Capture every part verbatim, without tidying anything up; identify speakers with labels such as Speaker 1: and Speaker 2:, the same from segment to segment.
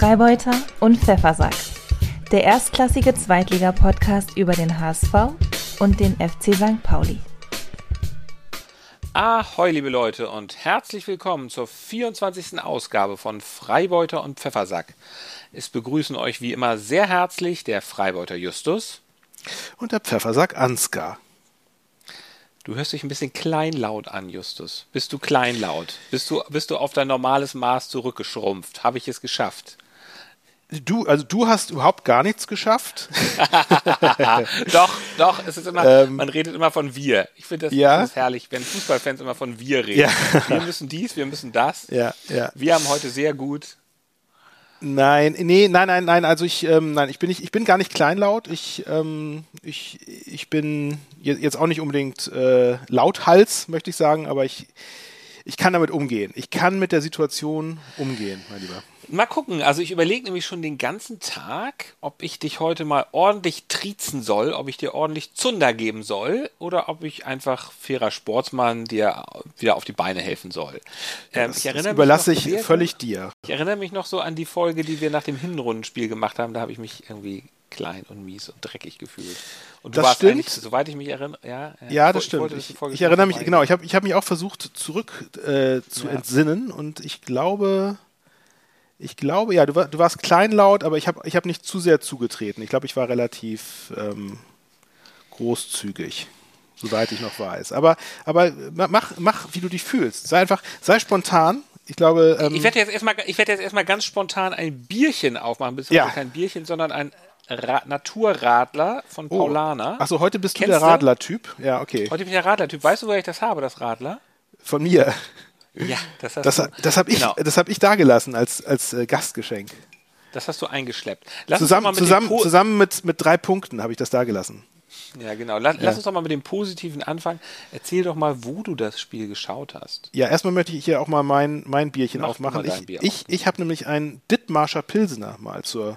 Speaker 1: Freibeuter und Pfeffersack. Der erstklassige Zweitliga-Podcast über den H S V und den F C Sankt Pauli.
Speaker 2: Ahoi, liebe Leute, und herzlich willkommen zur vierundzwanzigsten Ausgabe von Freibeuter und Pfeffersack. Es begrüßen euch wie immer sehr herzlich der Freibeuter Justus
Speaker 3: und der Pfeffersack Ansgar.
Speaker 2: Du hörst dich ein bisschen kleinlaut an, Justus. Bist du kleinlaut? Bist du, bist du auf dein normales Maß zurückgeschrumpft? Habe ich es geschafft?
Speaker 3: Du, also du hast überhaupt gar nichts geschafft.
Speaker 2: Doch, doch, es ist immer,
Speaker 3: ähm,
Speaker 2: man redet immer von wir. Ich finde das,
Speaker 3: ja?
Speaker 2: das ist herrlich, wenn Fußballfans immer von wir reden.
Speaker 3: Ja.
Speaker 2: Wir müssen dies, wir müssen das.
Speaker 3: Ja, ja.
Speaker 2: Wir haben heute sehr gut.
Speaker 3: Nein, nee, nein, nein, nein, also ich, ähm, nein, ich bin nicht, ich bin gar nicht kleinlaut. Ich, ähm, ich, ich bin jetzt auch nicht unbedingt äh, lauthals, möchte ich sagen, aber ich, ich kann damit umgehen. Ich kann mit der Situation umgehen, mein Lieber.
Speaker 2: Mal gucken, also ich überlege nämlich schon den ganzen Tag, ob ich dich heute mal ordentlich triezen soll, ob ich dir ordentlich Zunder geben soll oder ob ich einfach fairer Sportsmann dir wieder auf die Beine helfen soll. Ähm,
Speaker 3: das,
Speaker 2: ich erinnere
Speaker 3: das überlasse
Speaker 2: mich
Speaker 3: ich völlig dir.
Speaker 2: Ich erinnere mich noch so an die Folge, die wir nach dem Hinrundenspiel gemacht haben, da habe ich mich irgendwie klein und mies und dreckig gefühlt. Und du
Speaker 3: das
Speaker 2: warst
Speaker 3: stimmt.
Speaker 2: eigentlich, soweit ich mich erinnere, ja.
Speaker 3: Ja, das
Speaker 2: ich
Speaker 3: stimmt.
Speaker 2: wollte,
Speaker 3: Ich,
Speaker 2: ich,
Speaker 3: ich erinnere mich, genau, ich habe ich hab mich auch versucht zurück äh, zu
Speaker 2: ja.
Speaker 3: entsinnen und ich glaube... Ich glaube, ja, du, war, du warst kleinlaut, aber ich habe ich hab nicht zu sehr zugetreten. Ich glaube, ich war relativ ähm, großzügig, soweit ich noch weiß. Aber, aber mach, mach, wie du dich fühlst. Sei einfach, sei spontan. Ich glaube, ähm,
Speaker 2: ich werde jetzt erstmal, ich werde jetzt erstmal ganz spontan ein Bierchen aufmachen. Das ist
Speaker 3: ja.
Speaker 2: kein Bierchen, sondern ein Ra- Naturradler von
Speaker 3: oh.
Speaker 2: Paulaner.
Speaker 3: Achso, heute bist
Speaker 2: Kennst
Speaker 3: du der Radler-Typ. Ja, okay.
Speaker 2: Heute bin ich der Radler-Typ. Weißt du, woher ich das habe, das Radler?
Speaker 3: Von mir.
Speaker 2: Ja, das hast
Speaker 3: das,
Speaker 2: du.
Speaker 3: Das habe ich,
Speaker 2: genau.
Speaker 3: das hab ich da gelassen als, als äh, Gastgeschenk.
Speaker 2: Das hast du eingeschleppt. Lass
Speaker 3: zusammen
Speaker 2: uns mal mit
Speaker 3: zusammen,
Speaker 2: Po-
Speaker 3: zusammen mit, mit drei Punkten habe ich das da gelassen.
Speaker 2: Ja, genau. Lass,
Speaker 3: Ja.
Speaker 2: lass uns doch mal mit dem Positiven anfangen. Erzähl doch mal, wo du das Spiel geschaut hast.
Speaker 3: Ja, erstmal möchte ich hier auch mal mein, mein Bierchen
Speaker 2: Mach
Speaker 3: aufmachen.
Speaker 2: mal dein
Speaker 3: Ich,
Speaker 2: Bier
Speaker 3: ich,
Speaker 2: auf.
Speaker 3: ich habe nämlich einen Dithmarscher Pilsener mal zur,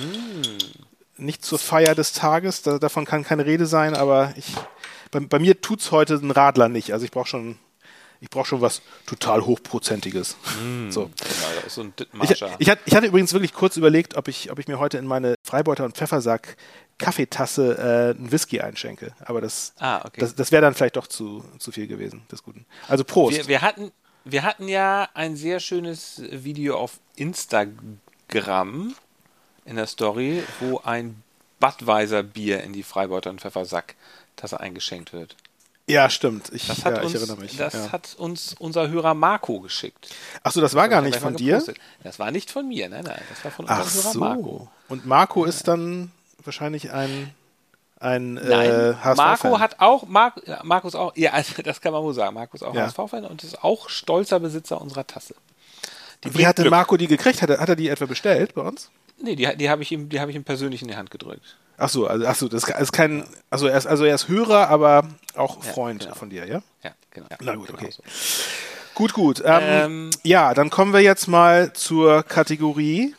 Speaker 2: Mm.
Speaker 3: nicht zur Feier des Tages, da, davon kann keine Rede sein, aber ich, bei, bei mir tut's heute ein Radler nicht. Also ich brauche schon, ich brauche schon was total hochprozentiges.
Speaker 2: Mm.
Speaker 3: So.
Speaker 2: Genau, das ist so ein
Speaker 3: Ich,
Speaker 2: Dithmarscher.
Speaker 3: ich, hatte, ich hatte übrigens wirklich kurz überlegt, ob ich, ob ich mir heute in meine Freibeuter und Pfeffersack Kaffeetasse äh, einen Whisky einschenke. Aber das,
Speaker 2: Ah, okay.
Speaker 3: das, das wäre dann vielleicht doch zu, zu viel gewesen, des Guten. Also Prost.
Speaker 2: Wir, wir, hatten, wir hatten ja ein sehr schönes Video auf Instagram in der Story, wo ein Budweiser Bier in die Freibeuter und Pfeffersack-Tasse eingeschenkt wird.
Speaker 3: Ja, stimmt. Ich,
Speaker 2: Das, hat,
Speaker 3: ja,
Speaker 2: uns,
Speaker 3: ich erinnere mich.
Speaker 2: das
Speaker 3: ja.
Speaker 2: hat uns unser Hörer Marco geschickt.
Speaker 3: Achso, das war gar
Speaker 2: Das
Speaker 3: nicht
Speaker 2: hab ich
Speaker 3: von
Speaker 2: mal
Speaker 3: dir?
Speaker 2: gepostet. Das war nicht von mir, nein, nein. Das war von unserem
Speaker 3: Ach
Speaker 2: Hörer
Speaker 3: so.
Speaker 2: Marco.
Speaker 3: Und Marco ist dann wahrscheinlich ein, ein
Speaker 2: Nein,
Speaker 3: äh, H S V-Fan.
Speaker 2: Marco hat auch, Mar ja, Markus auch, ja, also das kann man wohl sagen. Marco ist auch
Speaker 3: Ja.
Speaker 2: H S V-Fan und ist auch stolzer Besitzer unserer Tasse. Die
Speaker 3: Wie
Speaker 2: bringt
Speaker 3: hat denn
Speaker 2: Glück.
Speaker 3: Marco die gekriegt? Hat er, hat er die etwa bestellt bei uns?
Speaker 2: Nee, die, die habe ich ihm, die habe ich ihm persönlich in die Hand gedrückt.
Speaker 3: Ach so, also, ach so, das ist kein, also er ist, also er ist Hörer, aber auch
Speaker 2: Ja,
Speaker 3: Freund
Speaker 2: genau.
Speaker 3: von dir, ja?
Speaker 2: Ja, genau.
Speaker 3: Na gut, okay.
Speaker 2: Genau so.
Speaker 3: Gut, gut. Ähm,
Speaker 2: Ähm,
Speaker 3: ja, dann kommen wir jetzt mal zur Kategorie.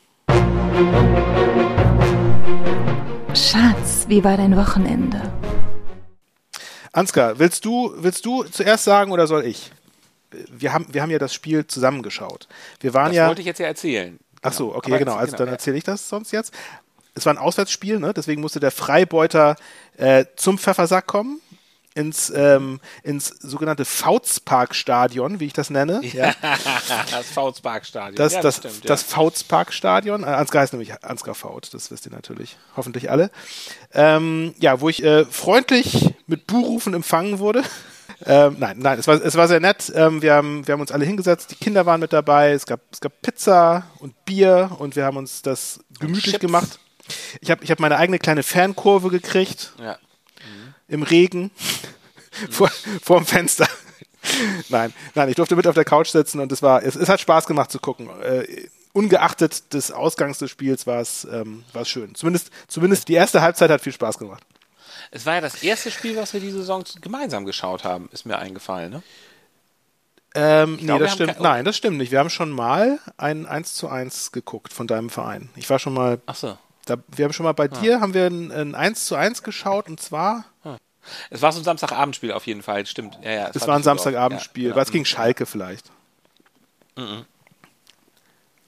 Speaker 1: Schatz, wie war dein Wochenende?
Speaker 3: Ansgar, willst du, willst du zuerst sagen oder soll ich? Wir haben, wir haben ja das Spiel zusammengeschaut. Wir waren
Speaker 2: Das
Speaker 3: ja.
Speaker 2: wollte ich jetzt ja erzählen.
Speaker 3: Ach so, okay,
Speaker 2: Aber
Speaker 3: genau.
Speaker 2: jetzt-
Speaker 3: Also dann erzähle ich das sonst jetzt. Es war ein Auswärtsspiel, ne? Deswegen musste der Freibeuter äh, zum Pfeffersack kommen. Ins, ähm, ins sogenannte Fautsparkstadion, wie ich das nenne. Ja.
Speaker 2: Das Fautsparkstadion.
Speaker 3: Das,
Speaker 2: ja,
Speaker 3: das,
Speaker 2: das stimmt.
Speaker 3: das
Speaker 2: ja.
Speaker 3: Fautsparkstadion. Äh, Ansgar heißt nämlich Ansgar Faut, das wisst ihr natürlich, hoffentlich alle. Ähm, ja, wo ich äh, freundlich mit Buhrufen empfangen wurde. Ähm, nein, nein, es war, es war sehr nett. Ähm, wir, haben, wir haben uns alle hingesetzt, die Kinder waren mit dabei, es gab, es gab Pizza und Bier und wir haben uns das gemütlich
Speaker 2: Chips.
Speaker 3: gemacht. Ich habe ich hab meine eigene kleine Fankurve gekriegt,
Speaker 2: Ja.
Speaker 3: im Regen, vor, vor dem Fenster. Nein, nein, ich durfte mit auf der Couch sitzen und es war, es, es hat Spaß gemacht zu gucken. Äh, ungeachtet des Ausgangs des Spiels war es, ähm, war es schön. Zumindest, zumindest die erste Halbzeit hat viel Spaß gemacht.
Speaker 2: Es war ja das erste Spiel, was wir diese Saison gemeinsam geschaut haben, ist mir eingefallen, ne?
Speaker 3: Ähm, nee,
Speaker 2: glaube, wir
Speaker 3: das
Speaker 2: haben
Speaker 3: stimmt.
Speaker 2: kein-
Speaker 3: Nein, das stimmt nicht. Wir haben schon mal ein eins zu eins geguckt von deinem Verein. Ich war schon mal,
Speaker 2: Ach so.
Speaker 3: da, wir haben schon mal bei dir, haben wir ein, ein eins zu eins geschaut und zwar,
Speaker 2: Es war so ein Samstagabendspiel auf jeden Fall, stimmt. Ja, ja, es
Speaker 3: das war ein
Speaker 2: Düsseldorf.
Speaker 3: Samstagabendspiel.
Speaker 2: Ja, genau.
Speaker 3: War es gegen Schalke vielleicht?
Speaker 2: Oder?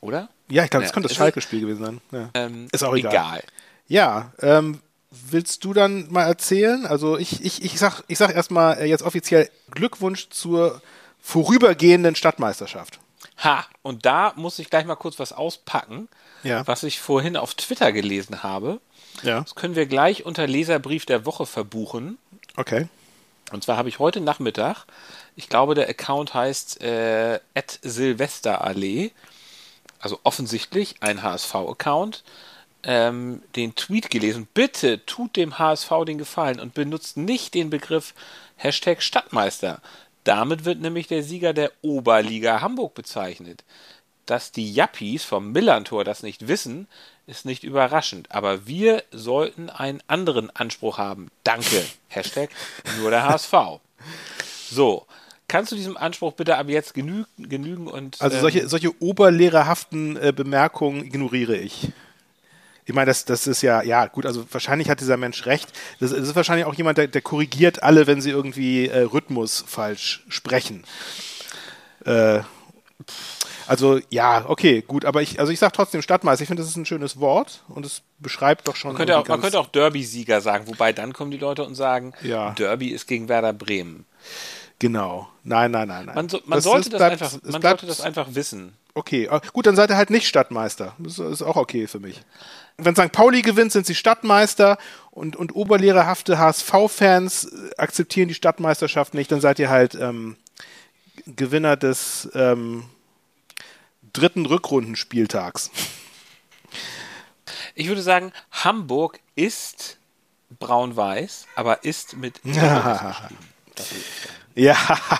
Speaker 3: Ja, ich glaube, das
Speaker 2: Ja,
Speaker 3: könnte das
Speaker 2: es
Speaker 3: Schalke-Spiel gewesen sein. Ja.
Speaker 2: Ähm,
Speaker 3: Ist auch egal.
Speaker 2: egal.
Speaker 3: Ja, ähm, willst du dann mal erzählen? Also ich, ich, ich sag, ich sag erstmal jetzt offiziell Glückwunsch zur vorübergehenden Stadtmeisterschaft.
Speaker 2: Ha, und da muss ich gleich mal kurz was auspacken,
Speaker 3: Ja.
Speaker 2: was ich vorhin auf Twitter gelesen habe.
Speaker 3: Ja.
Speaker 2: Das können wir gleich unter Leserbrief der Woche verbuchen.
Speaker 3: Okay.
Speaker 2: Und zwar habe ich heute Nachmittag, ich glaube, der Account heißt äh, at Silvesterallee, also offensichtlich ein H S V-Account, ähm, den Tweet gelesen. Bitte tut dem H S V den Gefallen und benutzt nicht den Begriff Hashtag Stadtmeister. Damit wird nämlich der Sieger der Oberliga Hamburg bezeichnet. Dass die Jappies vom Millantor das nicht wissen, ist nicht überraschend. Aber wir sollten einen anderen Anspruch haben. Danke. Hashtag nur der H S V. So, kannst du diesem Anspruch bitte ab jetzt genü genügen? Und,
Speaker 3: Also
Speaker 2: ähm,
Speaker 3: solche, solche oberlehrerhaften äh, Bemerkungen ignoriere ich. Ich meine, das, das ist ja, ja gut, also wahrscheinlich hat dieser Mensch recht. Das, das ist wahrscheinlich auch jemand, der, der korrigiert alle, wenn sie irgendwie äh, Rhythmus falsch sprechen. Äh, also ja, okay, gut, aber ich, also ich sage trotzdem Stadtmeister, ich finde, das ist ein schönes Wort und es beschreibt doch schon.
Speaker 2: Man könnte auch, man
Speaker 3: ganz,
Speaker 2: könnte auch Derby-Sieger sagen, wobei dann kommen die Leute und sagen,
Speaker 3: Ja.
Speaker 2: Derby ist gegen Werder Bremen.
Speaker 3: Genau. Nein, nein, nein, nein.
Speaker 2: Man, so, man,
Speaker 3: Das-
Speaker 2: sollte,
Speaker 3: es
Speaker 2: das
Speaker 3: bleibt-
Speaker 2: einfach,
Speaker 3: es
Speaker 2: man
Speaker 3: bleibt-
Speaker 2: sollte das einfach wissen.
Speaker 3: Okay, äh, gut, dann seid ihr halt nicht Stadtmeister. Das ist auch okay für mich. Wenn Sankt Pauli gewinnt, sind sie Stadtmeister und, und oberlehrerhafte H S V-Fans akzeptieren die Stadtmeisterschaft nicht, dann seid ihr halt ähm, Gewinner des ähm, dritten Rückrundenspieltags.
Speaker 2: Ich würde sagen, Hamburg ist braun-weiß, aber ist mit
Speaker 3: Ja.
Speaker 2: Das will ich sagen.
Speaker 3: Ja,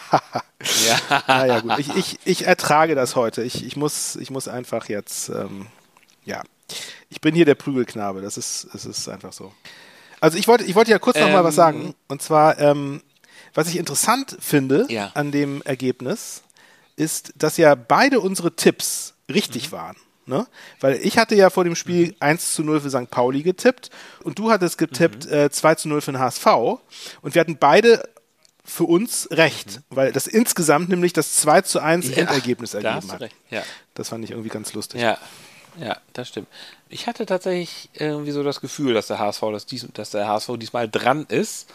Speaker 2: Ja.
Speaker 3: naja gut. Ich, ich, ich ertrage das heute. Ich, ich, muss, ich muss einfach jetzt, ähm, ja, ich bin hier der Prügelknabe. Das ist, es ist einfach so. Also ich wollte, ich wollte ja kurz noch mal
Speaker 2: Ähm,
Speaker 3: was sagen. Und zwar, ähm, was ich interessant finde
Speaker 2: Ja.
Speaker 3: an dem Ergebnis, ist, dass ja beide unsere Tipps richtig
Speaker 2: Mhm.
Speaker 3: waren. Ne? Weil ich hatte ja vor dem Spiel mhm. eins zu null für Sankt Pauli getippt und du hattest getippt
Speaker 2: Mhm.
Speaker 3: äh, zwei zu null für den H S V und wir hatten beide für uns recht,
Speaker 2: Mhm.
Speaker 3: weil das insgesamt nämlich das zwei zu eins
Speaker 2: Ja,
Speaker 3: Endergebnis
Speaker 2: da
Speaker 3: ergeben
Speaker 2: hast du
Speaker 3: hat.
Speaker 2: recht. Ja.
Speaker 3: Das fand ich irgendwie ganz lustig.
Speaker 2: Ja, ja, das stimmt. Ich hatte tatsächlich irgendwie so das Gefühl, dass der H S V, dass, dies, dass der H S V diesmal dran ist.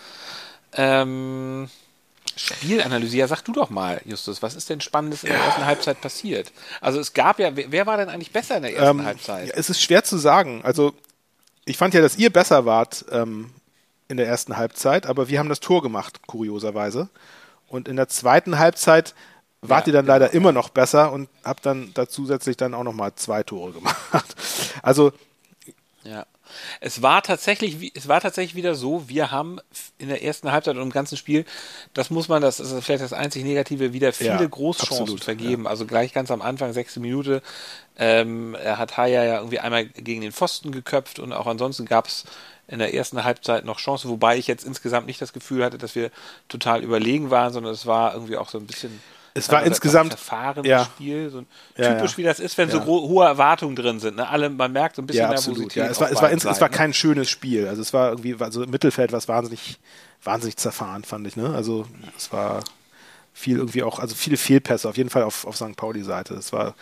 Speaker 2: Ähm, Spielanalyse, ja, sag du doch mal, Justus, was ist denn Spannendes in der ersten Halbzeit passiert? Also es gab ja, wer, wer war denn eigentlich besser in der ersten
Speaker 3: Ähm,
Speaker 2: Halbzeit?
Speaker 3: ja, es ist schwer zu sagen. Also ich fand ja, dass ihr besser wart ähm, in der ersten Halbzeit, aber wir haben das Tor gemacht, kurioserweise. Und in der zweiten Halbzeit wart
Speaker 2: Ja,
Speaker 3: ihr dann
Speaker 2: genau,
Speaker 3: leider immer noch besser und habt dann da zusätzlich dann auch nochmal zwei Tore gemacht. Also
Speaker 2: Ja. Es war tatsächlich, wie- es war tatsächlich wieder so, wir haben in der ersten Halbzeit und im ganzen Spiel, das muss man, das ist vielleicht das einzig Negative, wieder viele
Speaker 3: Ja,
Speaker 2: Großchancen
Speaker 3: absolut,
Speaker 2: vergeben. Also gleich ganz am Anfang, sechste Minute, ähm, er hat Haya ja irgendwie einmal gegen den Pfosten geköpft und auch ansonsten gab es in der ersten Halbzeit noch Chancen, wobei ich jetzt insgesamt nicht das Gefühl hatte, dass wir total überlegen waren, sondern es war irgendwie auch so ein bisschen
Speaker 3: Es war
Speaker 2: also
Speaker 3: insgesamt-
Speaker 2: etwas verfahrenes
Speaker 3: ja.
Speaker 2: Spiel, so ein,
Speaker 3: Ja,
Speaker 2: typisch
Speaker 3: ja.
Speaker 2: wie das ist, wenn so
Speaker 3: Ja.
Speaker 2: gro- hohe Erwartungen drin sind. Ne? Alle, man merkt so ein bisschen
Speaker 3: ja, absolut.
Speaker 2: Nervosität.
Speaker 3: Ja, es war,
Speaker 2: auf
Speaker 3: es war,
Speaker 2: beiden
Speaker 3: ins, es war
Speaker 2: Seiten, ne?
Speaker 3: kein schönes Spiel. Also es war irgendwie, also im Mittelfeld war es wahnsinnig, wahnsinnig zerfahren, fand ich. Ne? Also es war viel irgendwie auch, also viele Fehlpässe, auf jeden Fall auf, auf Sankt Pauli-Seite. Es war.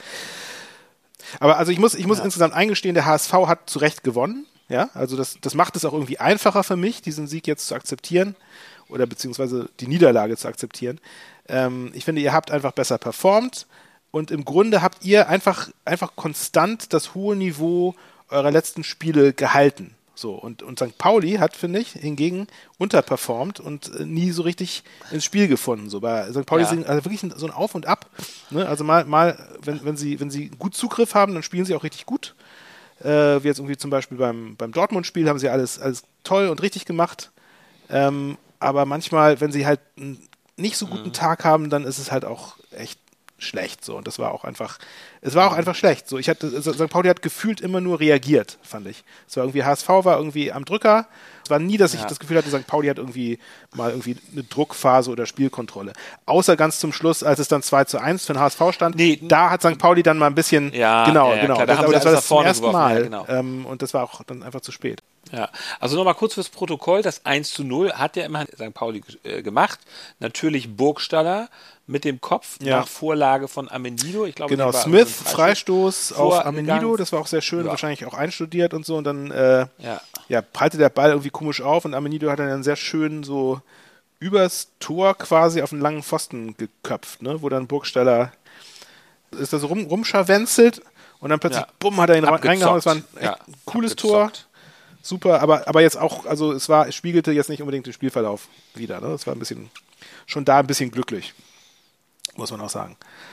Speaker 3: Aber also ich muss, ich muss
Speaker 2: Ja.
Speaker 3: insgesamt eingestehen, der H S V hat zu Recht gewonnen. Ja, also das, das macht es auch irgendwie einfacher für mich, diesen Sieg jetzt zu akzeptieren oder beziehungsweise die Niederlage zu akzeptieren. Ähm, ich finde, ihr habt einfach besser performt und im Grunde habt ihr einfach, einfach konstant das hohe Niveau eurer letzten Spiele gehalten. So, und, und Sankt Pauli hat, finde ich, hingegen unterperformt und äh, nie so richtig ins Spiel gefunden. So, bei Sankt Pauli
Speaker 2: Ja.
Speaker 3: sind also wirklich ein, so ein Auf und Ab. Ne? Also mal, mal wenn, wenn, sie, wenn sie gut Zugriff haben, dann spielen sie auch richtig gut. Äh, wie jetzt irgendwie zum Beispiel beim, beim Dortmund-Spiel haben sie alles, alles toll und richtig gemacht. Ähm, aber manchmal, wenn sie halt einen nicht so guten
Speaker 2: Mhm.
Speaker 3: Tag haben, dann ist es halt auch echt schlecht. So. Und das war auch einfach, es war auch einfach schlecht. So, ich hatte, Sankt Pauli hat gefühlt immer nur reagiert, fand ich. Es war irgendwie, H S V war irgendwie am Drücker. Es war nie, dass ich
Speaker 2: Ja.
Speaker 3: das Gefühl hatte, Sankt Pauli hat irgendwie mal irgendwie eine Druckphase oder Spielkontrolle. Außer ganz zum Schluss, als es dann zwei zu eins für den H S V stand,
Speaker 2: Nee.
Speaker 3: da hat Sankt Pauli dann mal ein bisschen,
Speaker 2: Ja,
Speaker 3: genau,
Speaker 2: ja, ja,
Speaker 3: genau.
Speaker 2: klar, da
Speaker 3: das,
Speaker 2: haben
Speaker 3: aber
Speaker 2: sie
Speaker 3: das war
Speaker 2: alles
Speaker 3: das
Speaker 2: nach
Speaker 3: zum
Speaker 2: vorne
Speaker 3: ersten
Speaker 2: geworfen,
Speaker 3: Mal.
Speaker 2: ja, genau.
Speaker 3: ähm, und das war auch dann einfach zu spät.
Speaker 2: Ja, also nochmal kurz fürs Protokoll, das eins zu null hat ja immerhin Sankt Pauli äh, gemacht. Natürlich Burgstaller mit dem Kopf
Speaker 3: Ja.
Speaker 2: nach Vorlage von Amenido. Ich glaube,
Speaker 3: Genau,
Speaker 2: der war
Speaker 3: Smith,
Speaker 2: irgendwie so ein
Speaker 3: Freistoß auf
Speaker 2: vorgegangen.
Speaker 3: Amenido, das war auch sehr schön,
Speaker 2: Ja.
Speaker 3: wahrscheinlich auch einstudiert und so. Und dann äh,
Speaker 2: Ja.
Speaker 3: ja, prallte der Ball irgendwie komisch auf und Amenido hat dann einen sehr schön so übers Tor quasi auf einen langen Pfosten geköpft, ne? Wo dann Burgstaller ist da so rum, rumscharwenzelt und dann plötzlich,
Speaker 2: Ja.
Speaker 3: bumm, hat er ihn
Speaker 2: Abgezockt.
Speaker 3: reingehauen. Das war ein echt
Speaker 2: Ja,
Speaker 3: cooles
Speaker 2: abgezockt.
Speaker 3: Tor. Super, aber, aber jetzt auch, also es war, es spiegelte jetzt nicht unbedingt den Spielverlauf wieder. Ne? Es war ein bisschen, schon da ein bisschen glücklich, muss man auch sagen.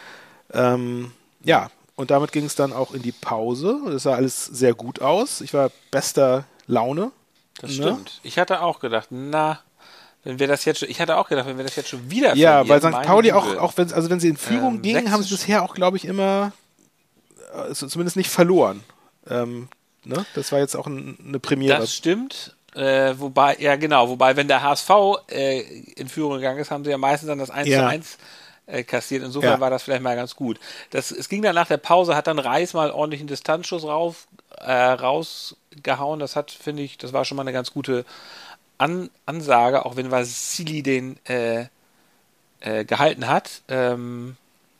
Speaker 3: Ähm, ja, und damit ging es dann auch in die Pause. Das sah alles sehr gut aus. Ich war bester Laune.
Speaker 2: Das
Speaker 3: Ne?
Speaker 2: stimmt. Ich hatte auch gedacht, na, wenn wir das jetzt schon, ich hatte auch gedacht, wenn wir das jetzt schon wieder
Speaker 3: Ja,
Speaker 2: verlieren,
Speaker 3: weil Sankt
Speaker 2: meine
Speaker 3: Pauli
Speaker 2: Güte.
Speaker 3: auch, auch wenn, also wenn sie in Führung
Speaker 2: Ähm,
Speaker 3: gingen, haben sie
Speaker 2: sächsisch-
Speaker 3: bisher auch, glaube ich, immer äh, zumindest nicht verloren. Ähm, ne? Das war jetzt auch ein, eine Premiere.
Speaker 2: Das stimmt. Äh, wobei, ja genau, wobei, wenn der H S V äh, in Führung gegangen ist, haben sie ja meistens dann das eins
Speaker 3: Ja.
Speaker 2: zu eins äh, kassiert. Insofern
Speaker 3: Ja.
Speaker 2: war das vielleicht mal ganz gut. Das, es ging dann nach der Pause, hat dann Reis mal ordentlich einen Distanzschuss rauf, äh, rausgehauen. Das hat, finde ich, das war schon mal eine ganz gute An Ansage, auch wenn Vasili den äh, äh, gehalten hat. Ähm,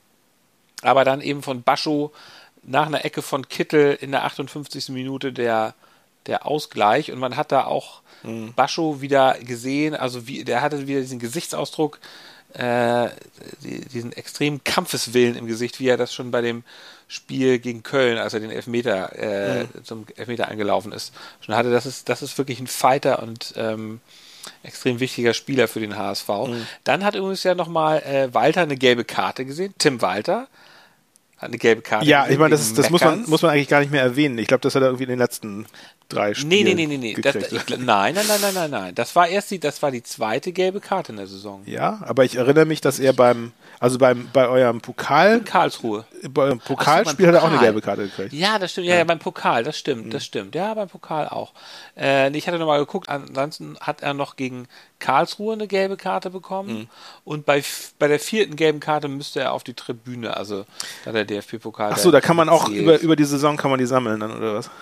Speaker 2: aber dann eben von Bascho nach einer Ecke von Kittel in der achtundfünfzigsten Minute der, der Ausgleich. Und man hat da auch
Speaker 3: Mhm.
Speaker 2: Bascho wieder gesehen, also wie, der hatte wieder diesen Gesichtsausdruck, äh, die, diesen extremen Kampfeswillen im Gesicht, wie er das schon bei dem Spiel gegen Köln, als er den Elfmeter äh,
Speaker 3: Mhm.
Speaker 2: zum Elfmeter angelaufen ist, schon hatte. Das ist, das ist wirklich ein Fighter und ähm, extrem wichtiger Spieler für den H S V.
Speaker 3: Mhm.
Speaker 2: Dann hat übrigens ja nochmal äh, Walter eine gelbe Karte gesehen. Tim Walter hat eine gelbe Karte
Speaker 3: Ja,
Speaker 2: gesehen.
Speaker 3: ich meine, das,
Speaker 2: wegen
Speaker 3: ist- das muss man,
Speaker 2: Meckerns.
Speaker 3: muss man eigentlich gar nicht mehr erwähnen. Ich glaube, das hat er irgendwie in den letzten drei Spielen
Speaker 2: Nee, nee, nee, nee, nee. Das,
Speaker 3: gekriegt.
Speaker 2: ich, glaub- nein, nein, nein, nein, nein, nein. Das war erst die, das war die zweite gelbe Karte in der Saison.
Speaker 3: Ja, aber ich erinnere mich, dass er beim, also beim, bei eurem Pokal,
Speaker 2: In Karlsruhe.
Speaker 3: bei eurem
Speaker 2: Ach so,
Speaker 3: Pokalspiel
Speaker 2: beim
Speaker 3: hat er auch eine
Speaker 2: Pokal.
Speaker 3: gelbe Karte gekriegt.
Speaker 2: Ja, das stimmt. Ja, ja, beim Pokal, das stimmt,
Speaker 3: Mhm.
Speaker 2: das stimmt. Ja, beim Pokal auch. Äh, ich hatte nochmal geguckt, ansonsten hat er noch gegen Karlsruhe eine gelbe Karte bekommen.
Speaker 3: Mhm.
Speaker 2: Und bei, f- bei der vierten gelben Karte müsste er auf die Tribüne, also da der D F B-Pokal.
Speaker 3: Ach so, da kann man auch
Speaker 2: zählt.
Speaker 3: über, über die Saison kann man die sammeln dann, oder was?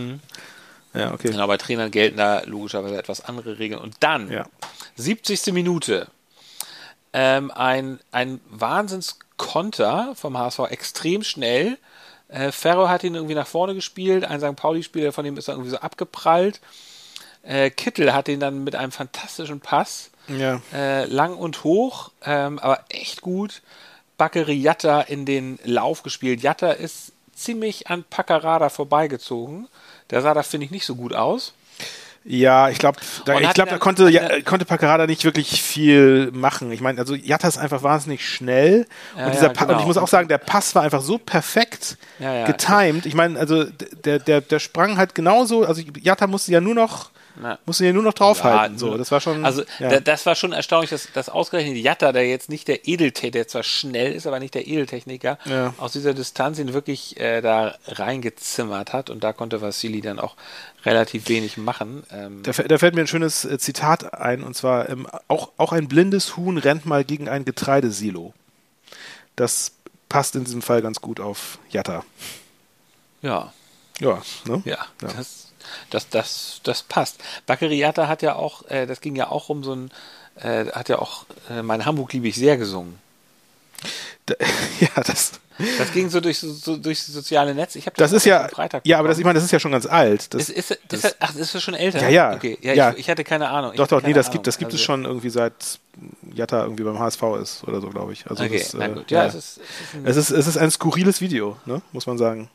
Speaker 3: Ja, okay.
Speaker 2: Genau, bei Trainern gelten da logischerweise etwas andere Regeln. Und dann,
Speaker 3: Ja.
Speaker 2: siebzigste Minute, ähm, ein, ein Wahnsinnskonter vom H S V, extrem schnell. Äh, Ferro hat ihn irgendwie nach vorne gespielt, ein Sankt Pauli-Spieler von dem ist dann irgendwie so abgeprallt. Äh, Kittel hat ihn dann mit einem fantastischen Pass,
Speaker 3: Ja.
Speaker 2: äh, lang und hoch, ähm, aber echt gut. Bakary Jatta in den Lauf gespielt. Jatta ist ziemlich an Paccarada vorbeigezogen. Der sah da, finde ich, nicht so gut aus.
Speaker 3: Ja, ich glaube, da,
Speaker 2: Und
Speaker 3: ich
Speaker 2: hat
Speaker 3: glaub,
Speaker 2: dann-
Speaker 3: da konnte, ja,
Speaker 2: hat-
Speaker 3: konnte Paccarada nicht wirklich viel machen. Ich meine, also Jatta ist einfach wahnsinnig schnell.
Speaker 2: Ja,
Speaker 3: und, dieser
Speaker 2: ja,
Speaker 3: Pa-
Speaker 2: genau.
Speaker 3: und ich muss auch sagen, der Pass war einfach so perfekt
Speaker 2: Ja, ja.
Speaker 3: getimed. Ich meine, also der, der, der sprang halt genauso, also Jatta musste ja nur noch,
Speaker 2: Na.
Speaker 3: musste ja nur noch draufhalten.
Speaker 2: Ja,
Speaker 3: so,
Speaker 2: nur-
Speaker 3: das war schon.
Speaker 2: Also
Speaker 3: ja.
Speaker 2: da, das war schon erstaunlich, dass, dass ausgerechnet Jatta, der jetzt nicht der Edeltechniker, der zwar schnell ist, aber nicht der Edeltechniker,
Speaker 3: Ja.
Speaker 2: aus dieser Distanz ihn wirklich äh, da reingezimmert hat und da konnte Vasili dann auch relativ wenig machen. Ähm,
Speaker 3: Da, fä- da fällt mir ein schönes äh, Zitat ein, und zwar, ähm, auch, auch ein blindes Huhn rennt mal gegen ein Getreidesilo. Das passt in diesem Fall ganz gut auf Jatta.
Speaker 2: ja,
Speaker 3: Ja, ne?
Speaker 2: ja,
Speaker 3: Ja.
Speaker 2: Das, das, das, das passt. Bakary Jatta hat ja auch, äh, das ging ja auch um so ein, äh, hat ja auch äh, Mein Hamburg liebe ich sehr gesungen.
Speaker 3: Da, ja, das,
Speaker 2: Das ging so durch so durch das soziale Netz. Ich habe
Speaker 3: das ist ja,
Speaker 2: am Freitag
Speaker 3: ja, aber das, ich
Speaker 2: bekommen.
Speaker 3: meine, das ist ja schon ganz alt. Das,
Speaker 2: Ist, ist,
Speaker 3: das,
Speaker 2: ist, ach, ist das schon älter?
Speaker 3: Ja, ja.
Speaker 2: Okay. Ja,
Speaker 3: Ja.
Speaker 2: Ich, ich hatte keine Ahnung. Ich
Speaker 3: doch,
Speaker 2: hatte
Speaker 3: doch, nee,
Speaker 2: keine
Speaker 3: das
Speaker 2: Ahnung.
Speaker 3: gibt, das gibt es
Speaker 2: Also-
Speaker 3: schon irgendwie seit Jatta irgendwie beim H S V ist oder so, glaube ich. Also
Speaker 2: Okay,
Speaker 3: das,
Speaker 2: na
Speaker 3: äh,
Speaker 2: gut. Ja,
Speaker 3: ja.
Speaker 2: Es, ist, es, ist ein,
Speaker 3: Es ist, es ist ein skurriles Video, ne? Muss man sagen.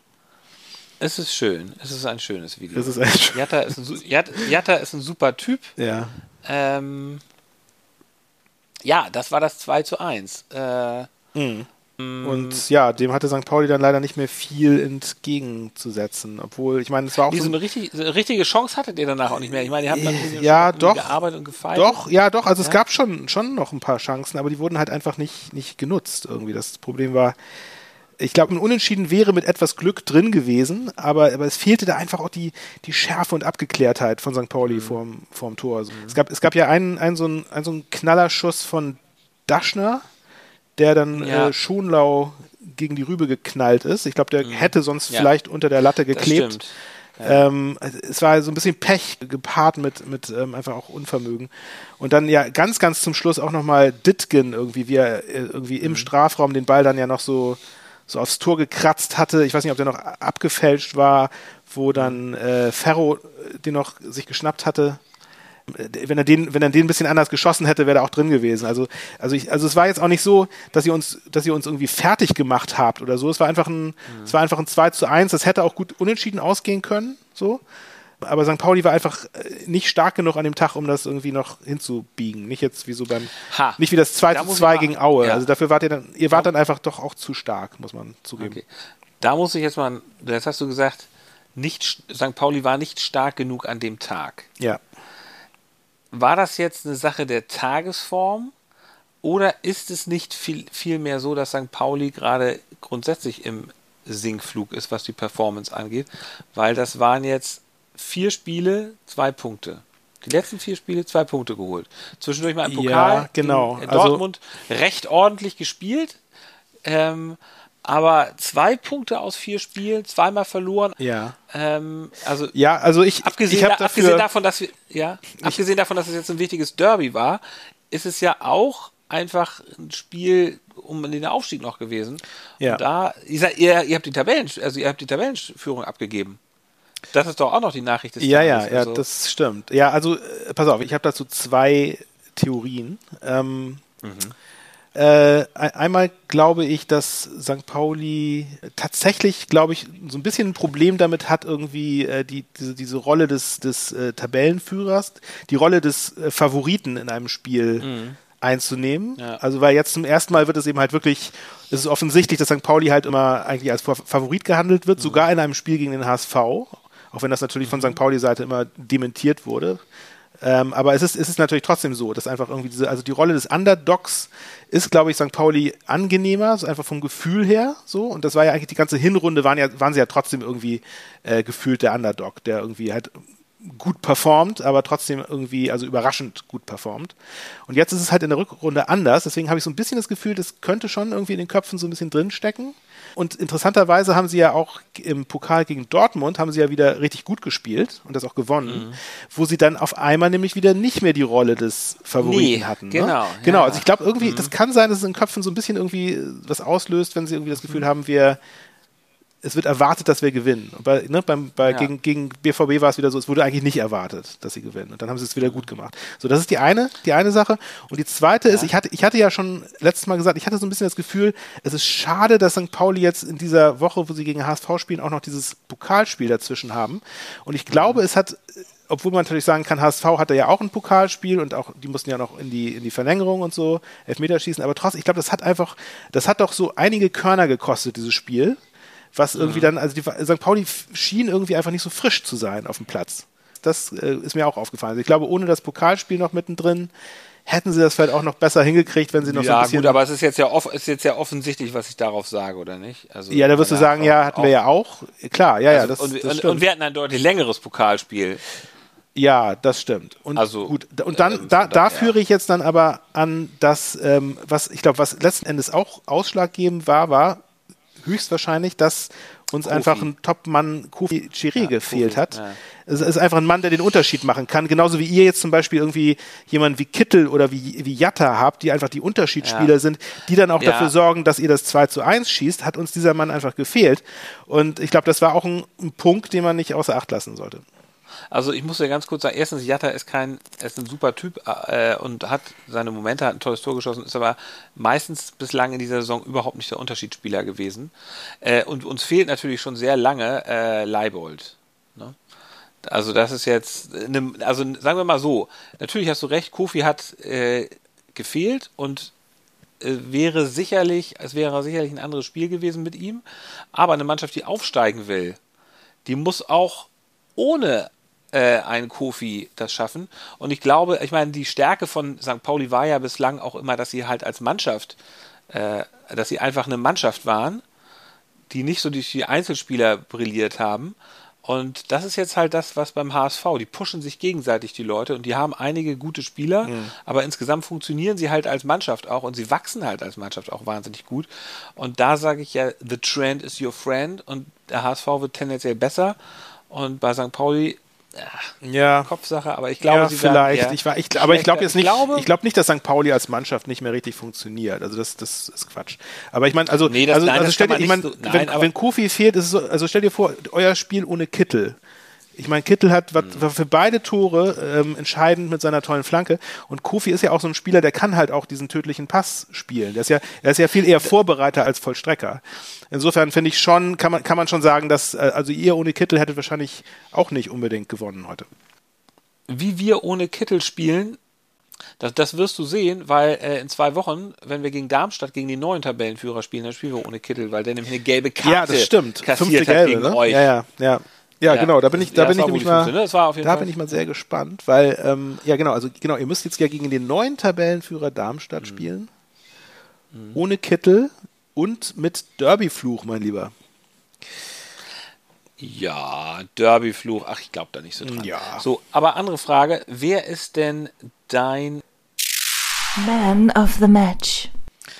Speaker 2: es ist schön. Es ist ein schönes Video.
Speaker 3: Es ist ein,
Speaker 2: Jatta ist ein, su- Jat- Jatta ist ein super Typ.
Speaker 3: ja.
Speaker 2: Ähm, ja, das war das zwei zu eins. Äh,
Speaker 3: Mhm. Und ja, dem hatte Sankt Pauli dann leider nicht mehr viel entgegenzusetzen. Obwohl, ich meine, es war auch
Speaker 2: wie
Speaker 3: so
Speaker 2: so eine, richtig, so eine richtige Chance hattet ihr danach auch nicht mehr. Ich meine, ihr habt dann ein bisschen
Speaker 3: Ja,
Speaker 2: schon
Speaker 3: doch.
Speaker 2: gearbeitet und gefeiert.
Speaker 3: Doch, ja, doch. Also es
Speaker 2: Ja?
Speaker 3: gab schon, schon noch ein paar Chancen, aber die wurden halt einfach nicht, nicht genutzt irgendwie. Das Problem war, ich glaube, ein Unentschieden wäre mit etwas Glück drin gewesen, aber, aber es fehlte da einfach auch die, die Schärfe und Abgeklärtheit von Sankt Pauli
Speaker 2: Mhm.
Speaker 3: vorm, vorm Tor. Also es, gab, es gab ja einen, einen, so einen, einen so einen Knallerschuss von Daschner, der dann
Speaker 2: Ja.
Speaker 3: äh, Schonlau gegen die Rübe geknallt ist. Ich glaube, der hätte sonst
Speaker 2: Ja.
Speaker 3: vielleicht unter der Latte
Speaker 2: das
Speaker 3: geklebt.
Speaker 2: stimmt. Ja.
Speaker 3: Ähm, es war so ein bisschen Pech gepaart mit, mit ähm, einfach auch Unvermögen. Und dann ja ganz, ganz zum Schluss auch nochmal Dittgen irgendwie, wie er äh, irgendwie mhm. im Strafraum den Ball dann ja noch so, so aufs Tor gekratzt hatte. Ich weiß nicht, ob der noch abgefälscht war, wo dann äh, Ferro den noch sich geschnappt hatte. Wenn er den, wenn er den ein bisschen anders geschossen hätte, wäre er auch drin gewesen. Also, also ich, also es war jetzt auch nicht so, dass ihr uns, dass ihr uns irgendwie fertig gemacht habt oder so. Es war einfach ein, mhm. es war einfach ein zwei zu eins. Das hätte auch gut unentschieden ausgehen können, so. Aber Sankt Pauli war einfach nicht stark genug an dem Tag, um das irgendwie noch hinzubiegen. Nicht jetzt wie so beim, ha. nicht wie das zwei zu zwei gegen Aue. Ja. Also dafür wart ihr dann, ihr wart dann einfach doch auch zu stark, muss man zugeben.
Speaker 2: Okay. Da muss ich jetzt mal, das hast du gesagt, nicht, Sankt Pauli war nicht stark genug an dem Tag.
Speaker 3: Ja.
Speaker 2: War das jetzt eine Sache der Tagesform oder ist es nicht viel, viel mehr so, dass Sankt Pauli gerade grundsätzlich im Sinkflug ist, was die Performance angeht? Weil das waren jetzt vier Spiele, zwei Punkte. Die letzten vier Spiele, zwei Punkte geholt. Zwischendurch mal im Pokal
Speaker 3: ja, genau.
Speaker 2: in Dortmund also, recht ordentlich gespielt. Ähm, aber zwei Punkte aus vier Spielen, zweimal verloren.
Speaker 3: Ja.
Speaker 2: Ähm, also
Speaker 3: ja, also ich,
Speaker 2: abgesehen,
Speaker 3: ich hab
Speaker 2: da,
Speaker 3: dafür,
Speaker 2: abgesehen davon, dass wir, ja, ich, abgesehen davon, dass es jetzt ein wichtiges Derby war, ist es ja auch einfach ein Spiel um den Aufstieg noch gewesen.
Speaker 3: Ja.
Speaker 2: Und da, ihr, ihr, ihr habt die Tabellen, also ihr habt die Tabellenführung abgegeben. Das ist doch auch noch die Nachricht des
Speaker 3: Ja,
Speaker 2: Tages.
Speaker 3: ja, ja,
Speaker 2: also.
Speaker 3: Das stimmt. Ja, also äh, pass auf, ich habe dazu zwei Theorien. Ähm, mhm. Äh, einmal glaube ich, dass Sankt Pauli tatsächlich, glaube ich, so ein bisschen ein Problem damit hat, irgendwie äh, die, diese, diese Rolle des, des äh, Tabellenführers, die Rolle des äh, Favoriten in einem Spiel mhm. einzunehmen. Ja. Also weil jetzt zum ersten Mal wird es eben halt wirklich, es ist offensichtlich, dass Sankt Pauli halt immer eigentlich als Favorit gehandelt wird, mhm. sogar in einem Spiel gegen den H S V, auch wenn das natürlich von Sankt Pauli-Seite immer dementiert wurde. Ähm, aber es ist, es ist natürlich trotzdem so, dass einfach irgendwie diese, also die Rolle des Underdogs ist, glaube ich, Sankt Pauli angenehmer, so einfach vom Gefühl her, so. Und das war ja eigentlich die ganze Hinrunde, waren ja, waren sie ja trotzdem irgendwie äh, gefühlt der Underdog, der irgendwie halt gut performt, aber trotzdem irgendwie, also überraschend gut performt. Und jetzt ist es halt in der Rückrunde anders, deswegen habe ich so ein bisschen das Gefühl, das könnte schon irgendwie in den Köpfen so ein bisschen drinstecken. Und interessanterweise haben sie ja auch im Pokal gegen Dortmund, haben sie ja wieder richtig gut gespielt und das auch gewonnen, mhm. wo sie dann auf einmal nämlich wieder nicht mehr die Rolle des Favoriten nee, hatten.
Speaker 2: Genau.
Speaker 3: Ne? Genau,
Speaker 2: ja.
Speaker 3: Also ich glaube irgendwie,
Speaker 2: mhm.
Speaker 3: das kann sein, dass es in den Köpfen so ein bisschen irgendwie was auslöst, wenn sie irgendwie das Gefühl mhm. haben, wir es wird erwartet, dass wir gewinnen. Und bei, ne, beim, bei, ja. gegen, gegen B V B war es wieder so, es wurde eigentlich nicht erwartet, dass sie gewinnen. Und dann haben sie es wieder gut gemacht. So, das ist die eine, die eine Sache. Und die zweite ja. ist, ich hatte, ich hatte ja schon letztes Mal gesagt, ich hatte so ein bisschen das Gefühl, es ist schade, dass Sankt Pauli jetzt in dieser Woche, wo sie gegen H S V spielen, auch noch dieses Pokalspiel dazwischen haben. Und ich glaube, mhm. es hat, obwohl man natürlich sagen kann, H S V hatte ja auch ein Pokalspiel und auch, die mussten ja noch in die, in die Verlängerung und so, Elfmeterschießen, aber trotzdem, ich glaube, das hat einfach, das hat doch so einige Körner gekostet, dieses Spiel. Was irgendwie mhm. dann, also die, Sankt Pauli schien irgendwie einfach nicht so frisch zu sein auf dem Platz. Das äh, ist mir auch aufgefallen. Also ich glaube, ohne das Pokalspiel noch mittendrin hätten sie das vielleicht auch noch besser hingekriegt, wenn sie noch
Speaker 2: ja,
Speaker 3: so ein bisschen...
Speaker 2: Ja gut, aber es ist jetzt ja, off- ist jetzt ja offensichtlich, was ich darauf sage, oder nicht? Also,
Speaker 3: ja, da wirst du sagen, ja, hatten wir ja auch. Klar, ja,
Speaker 2: also,
Speaker 3: ja, das,
Speaker 2: und,
Speaker 3: das
Speaker 2: und,
Speaker 3: stimmt.
Speaker 2: Und wir hatten ein deutlich längeres Pokalspiel.
Speaker 3: Ja, das stimmt. Und
Speaker 2: also,
Speaker 3: gut, und dann,
Speaker 2: äh,
Speaker 3: da, da
Speaker 2: ja.
Speaker 3: führe ich jetzt dann aber an, dass, ähm, was ich glaube, was letzten Endes auch ausschlaggebend war, war höchstwahrscheinlich, dass uns Kofi. einfach ein Top-Mann Kofi Chiré ja, gefehlt Kofi, hat. Ja. Es ist einfach ein Mann, der den Unterschied machen kann. Genauso wie ihr jetzt zum Beispiel irgendwie jemanden wie Kittel oder wie, wie Jatta habt, die einfach die Unterschiedsspieler ja. sind, die dann auch ja. dafür sorgen, dass ihr das zwei zu eins schießt, hat uns dieser Mann einfach gefehlt. Und ich glaube, das war auch ein, ein Punkt, den man nicht außer Acht lassen sollte.
Speaker 2: Also ich muss dir ganz kurz sagen, erstens, Jatta ist kein, ist ein super Typ äh, und hat seine Momente, hat ein tolles Tor geschossen, ist aber meistens bislang in dieser Saison überhaupt nicht der Unterschiedsspieler gewesen. Äh, und uns fehlt natürlich schon sehr lange äh, Leibold. Ne? Also das ist jetzt, eine, also sagen wir mal so, natürlich hast du recht, Kofi hat äh, gefehlt und äh, wäre sicherlich, es wäre sicherlich ein anderes Spiel gewesen mit ihm, aber eine Mannschaft, die aufsteigen will, die muss auch ohne Äh, ein Kofi das schaffen. Und ich glaube, ich meine, die Stärke von Sankt Pauli war ja bislang auch immer, dass sie halt als Mannschaft, äh, dass sie einfach eine Mannschaft waren, die nicht so durch die Einzelspieler brilliert haben. Und das ist jetzt halt das, was beim H S V, die pushen sich gegenseitig, die Leute, und die haben einige gute Spieler, mhm. aber insgesamt funktionieren sie halt als Mannschaft auch und sie wachsen halt als Mannschaft auch wahnsinnig gut. Und da sage ich ja, the trend is your friend und der H S V wird tendenziell besser. Und bei Sankt Pauli,
Speaker 3: ja.
Speaker 2: Kopfsache, aber ich glaube,
Speaker 3: ja,
Speaker 2: sie
Speaker 3: vielleicht.
Speaker 2: werden
Speaker 3: Ich war, ich, aber ich glaube jetzt
Speaker 2: ich
Speaker 3: nicht,
Speaker 2: glaube,
Speaker 3: ich glaube nicht, dass Sankt Pauli als Mannschaft nicht mehr richtig funktioniert. Also das, das ist Quatsch. Aber ich meine, also,
Speaker 2: Nee, das-
Speaker 3: also,
Speaker 2: nein,
Speaker 3: also
Speaker 2: das
Speaker 3: stell
Speaker 2: kann
Speaker 3: dir,
Speaker 2: man
Speaker 3: ich meine,
Speaker 2: nicht so- nein,
Speaker 3: wenn,
Speaker 2: aber-
Speaker 3: wenn Kofi fehlt, ist es so, also stell dir vor, euer Spiel ohne Kittel. Ich meine, Kittel hat was war für beide Tore ähm, entscheidend mit seiner tollen Flanke. Und Kofi ist ja auch so ein Spieler, der kann halt auch diesen tödlichen Pass spielen. Der ist ja, er ist ja viel eher Vorbereiter als Vollstrecker. Insofern finde ich schon, kann man, kann man schon sagen, dass, äh, also ihr ohne Kittel hättet wahrscheinlich auch nicht unbedingt gewonnen heute.
Speaker 2: wie wir ohne Kittel spielen, das, das wirst du sehen, weil äh, in zwei Wochen, wenn wir gegen Darmstadt, gegen die neuen Tabellenführer spielen, dann spielen wir ohne Kittel, weil der nämlich eine gelbe Karte
Speaker 3: Ja, das stimmt.
Speaker 2: kassiert
Speaker 3: Fünfte
Speaker 2: hat
Speaker 3: Gelbe,
Speaker 2: gegen
Speaker 3: ne?
Speaker 2: euch.
Speaker 3: Ja, ja, ja. Ja,
Speaker 2: Ja,
Speaker 3: genau, da bin ich, da
Speaker 2: ja,
Speaker 3: bin
Speaker 2: das
Speaker 3: ich
Speaker 2: war
Speaker 3: nämlich
Speaker 2: wohl die
Speaker 3: mal,
Speaker 2: fünfte, ne? Das war auf jeden
Speaker 3: da
Speaker 2: Fall-
Speaker 3: bin ich mal sehr gespannt, weil, ähm, ja genau, also genau, ihr müsst jetzt ja gegen den neuen Tabellenführer Darmstadt
Speaker 2: Mhm.
Speaker 3: spielen, ohne Kittel und mit Derbyfluch, mein Lieber.
Speaker 2: Ja, Derbyfluch, ach, ich glaube da nicht so dran.
Speaker 3: Ja.
Speaker 2: So, aber andere Frage, wer ist denn dein
Speaker 1: Man of the Match.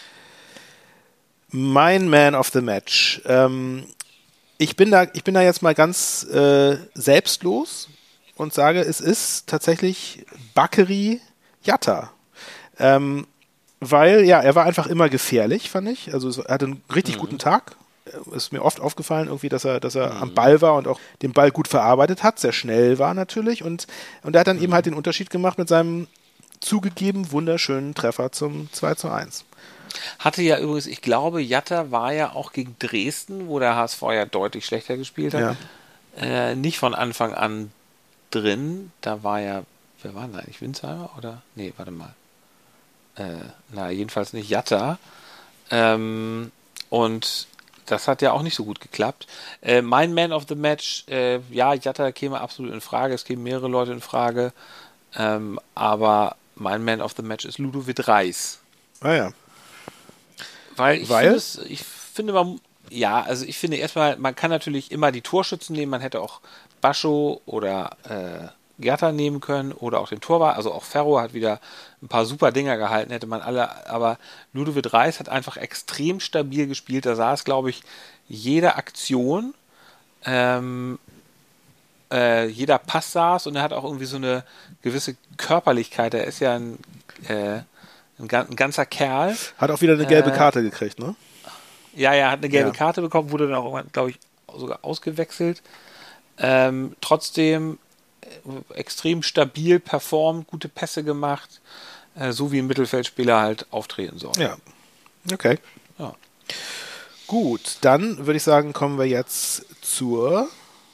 Speaker 3: Mein Man of the Match. Ähm, ich bin da, ich bin da jetzt mal ganz äh, selbstlos und sage, es ist tatsächlich Bakary Jatta. Ähm, weil, ja, er war einfach immer gefährlich, fand ich. Also er hatte einen richtig
Speaker 2: Mhm.
Speaker 3: guten Tag. Ist mir oft aufgefallen, irgendwie, dass er, dass er mhm. am Ball war und auch den Ball gut verarbeitet hat, sehr schnell war natürlich. Und, und er hat dann mhm. eben halt den Unterschied gemacht mit seinem zugegeben wunderschönen Treffer zum zwei zu eins.
Speaker 2: Hatte ja übrigens, ich glaube, Jatta war ja auch gegen Dresden, wo der H S V ja deutlich schlechter gespielt hat,
Speaker 3: Ja.
Speaker 2: äh, nicht von Anfang an drin. Da war ja, wer war denn eigentlich, Winsheimer oder? Nee, warte mal. Äh, na, jedenfalls nicht Jatta. Ähm, und das hat ja auch nicht so gut geklappt. Äh, mein Man of the Match, äh, ja, Jatta käme absolut in Frage, es kämen mehrere Leute in Frage, ähm, aber mein Man of the Match ist Ludovic Reis.
Speaker 3: Ah ja.
Speaker 2: Weil ich
Speaker 3: Weil?
Speaker 2: finde, es, ich finde man, ja, also ich finde erstmal, man kann natürlich immer die Torschützen nehmen, man hätte auch Bascho oder äh, Jatta nehmen können oder auch den Torwart, also auch Ferro hat wieder ein paar super Dinger gehalten, hätte man alle, aber Ludovic Reis hat einfach extrem stabil gespielt, da saß, glaube ich, jede Aktion, ähm, äh, jeder Pass saß und er hat auch irgendwie so eine gewisse Körperlichkeit, er ist ja ein, äh, ein, ein ganzer Kerl.
Speaker 3: Hat auch wieder eine gelbe
Speaker 2: Äh,
Speaker 3: Karte gekriegt, ne?
Speaker 2: Ja, ja, hat eine gelbe
Speaker 3: Ja.
Speaker 2: Karte bekommen, wurde dann auch, glaube ich, sogar ausgewechselt. Ähm, trotzdem äh, extrem stabil performt, gute Pässe gemacht, äh, so wie ein Mittelfeldspieler halt auftreten soll.
Speaker 3: Ja. Okay.
Speaker 2: Ja.
Speaker 3: Gut, dann würde ich sagen, kommen wir jetzt zur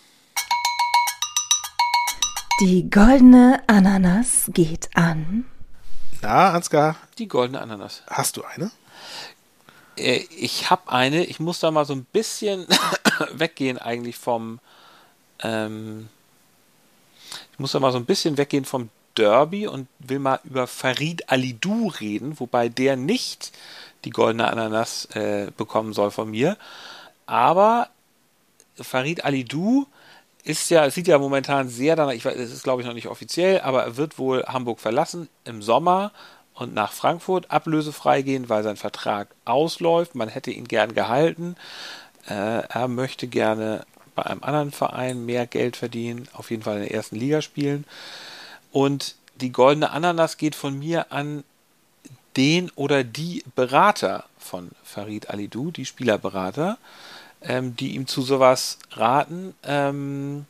Speaker 1: Die goldene Ananas geht an.
Speaker 3: Na, Ansgar,
Speaker 2: Die goldene Ananas.
Speaker 3: hast du eine?
Speaker 2: Äh, ich habe eine, ich muss da mal so ein bisschen weggehen eigentlich vom ähm, ich muss da mal so ein bisschen weggehen vom Derby und will mal über Farid Alidou reden, wobei der nicht die goldene Ananas äh, bekommen soll von mir. Aber Farid Alidou ist ja, sieht ja momentan sehr danach, ich weiß, es ist glaube ich noch nicht offiziell, aber er wird wohl Hamburg verlassen im Sommer und nach Frankfurt ablösefrei gehen, weil sein Vertrag ausläuft. Man hätte ihn gern gehalten. Äh, er möchte gerne bei einem anderen Verein mehr Geld verdienen, auf jeden Fall in der ersten Liga spielen. Und die goldene Ananas geht von mir an den oder die Berater von Farid Alidou, die Spielerberater, ähm, die ihm zu sowas raten, ähm,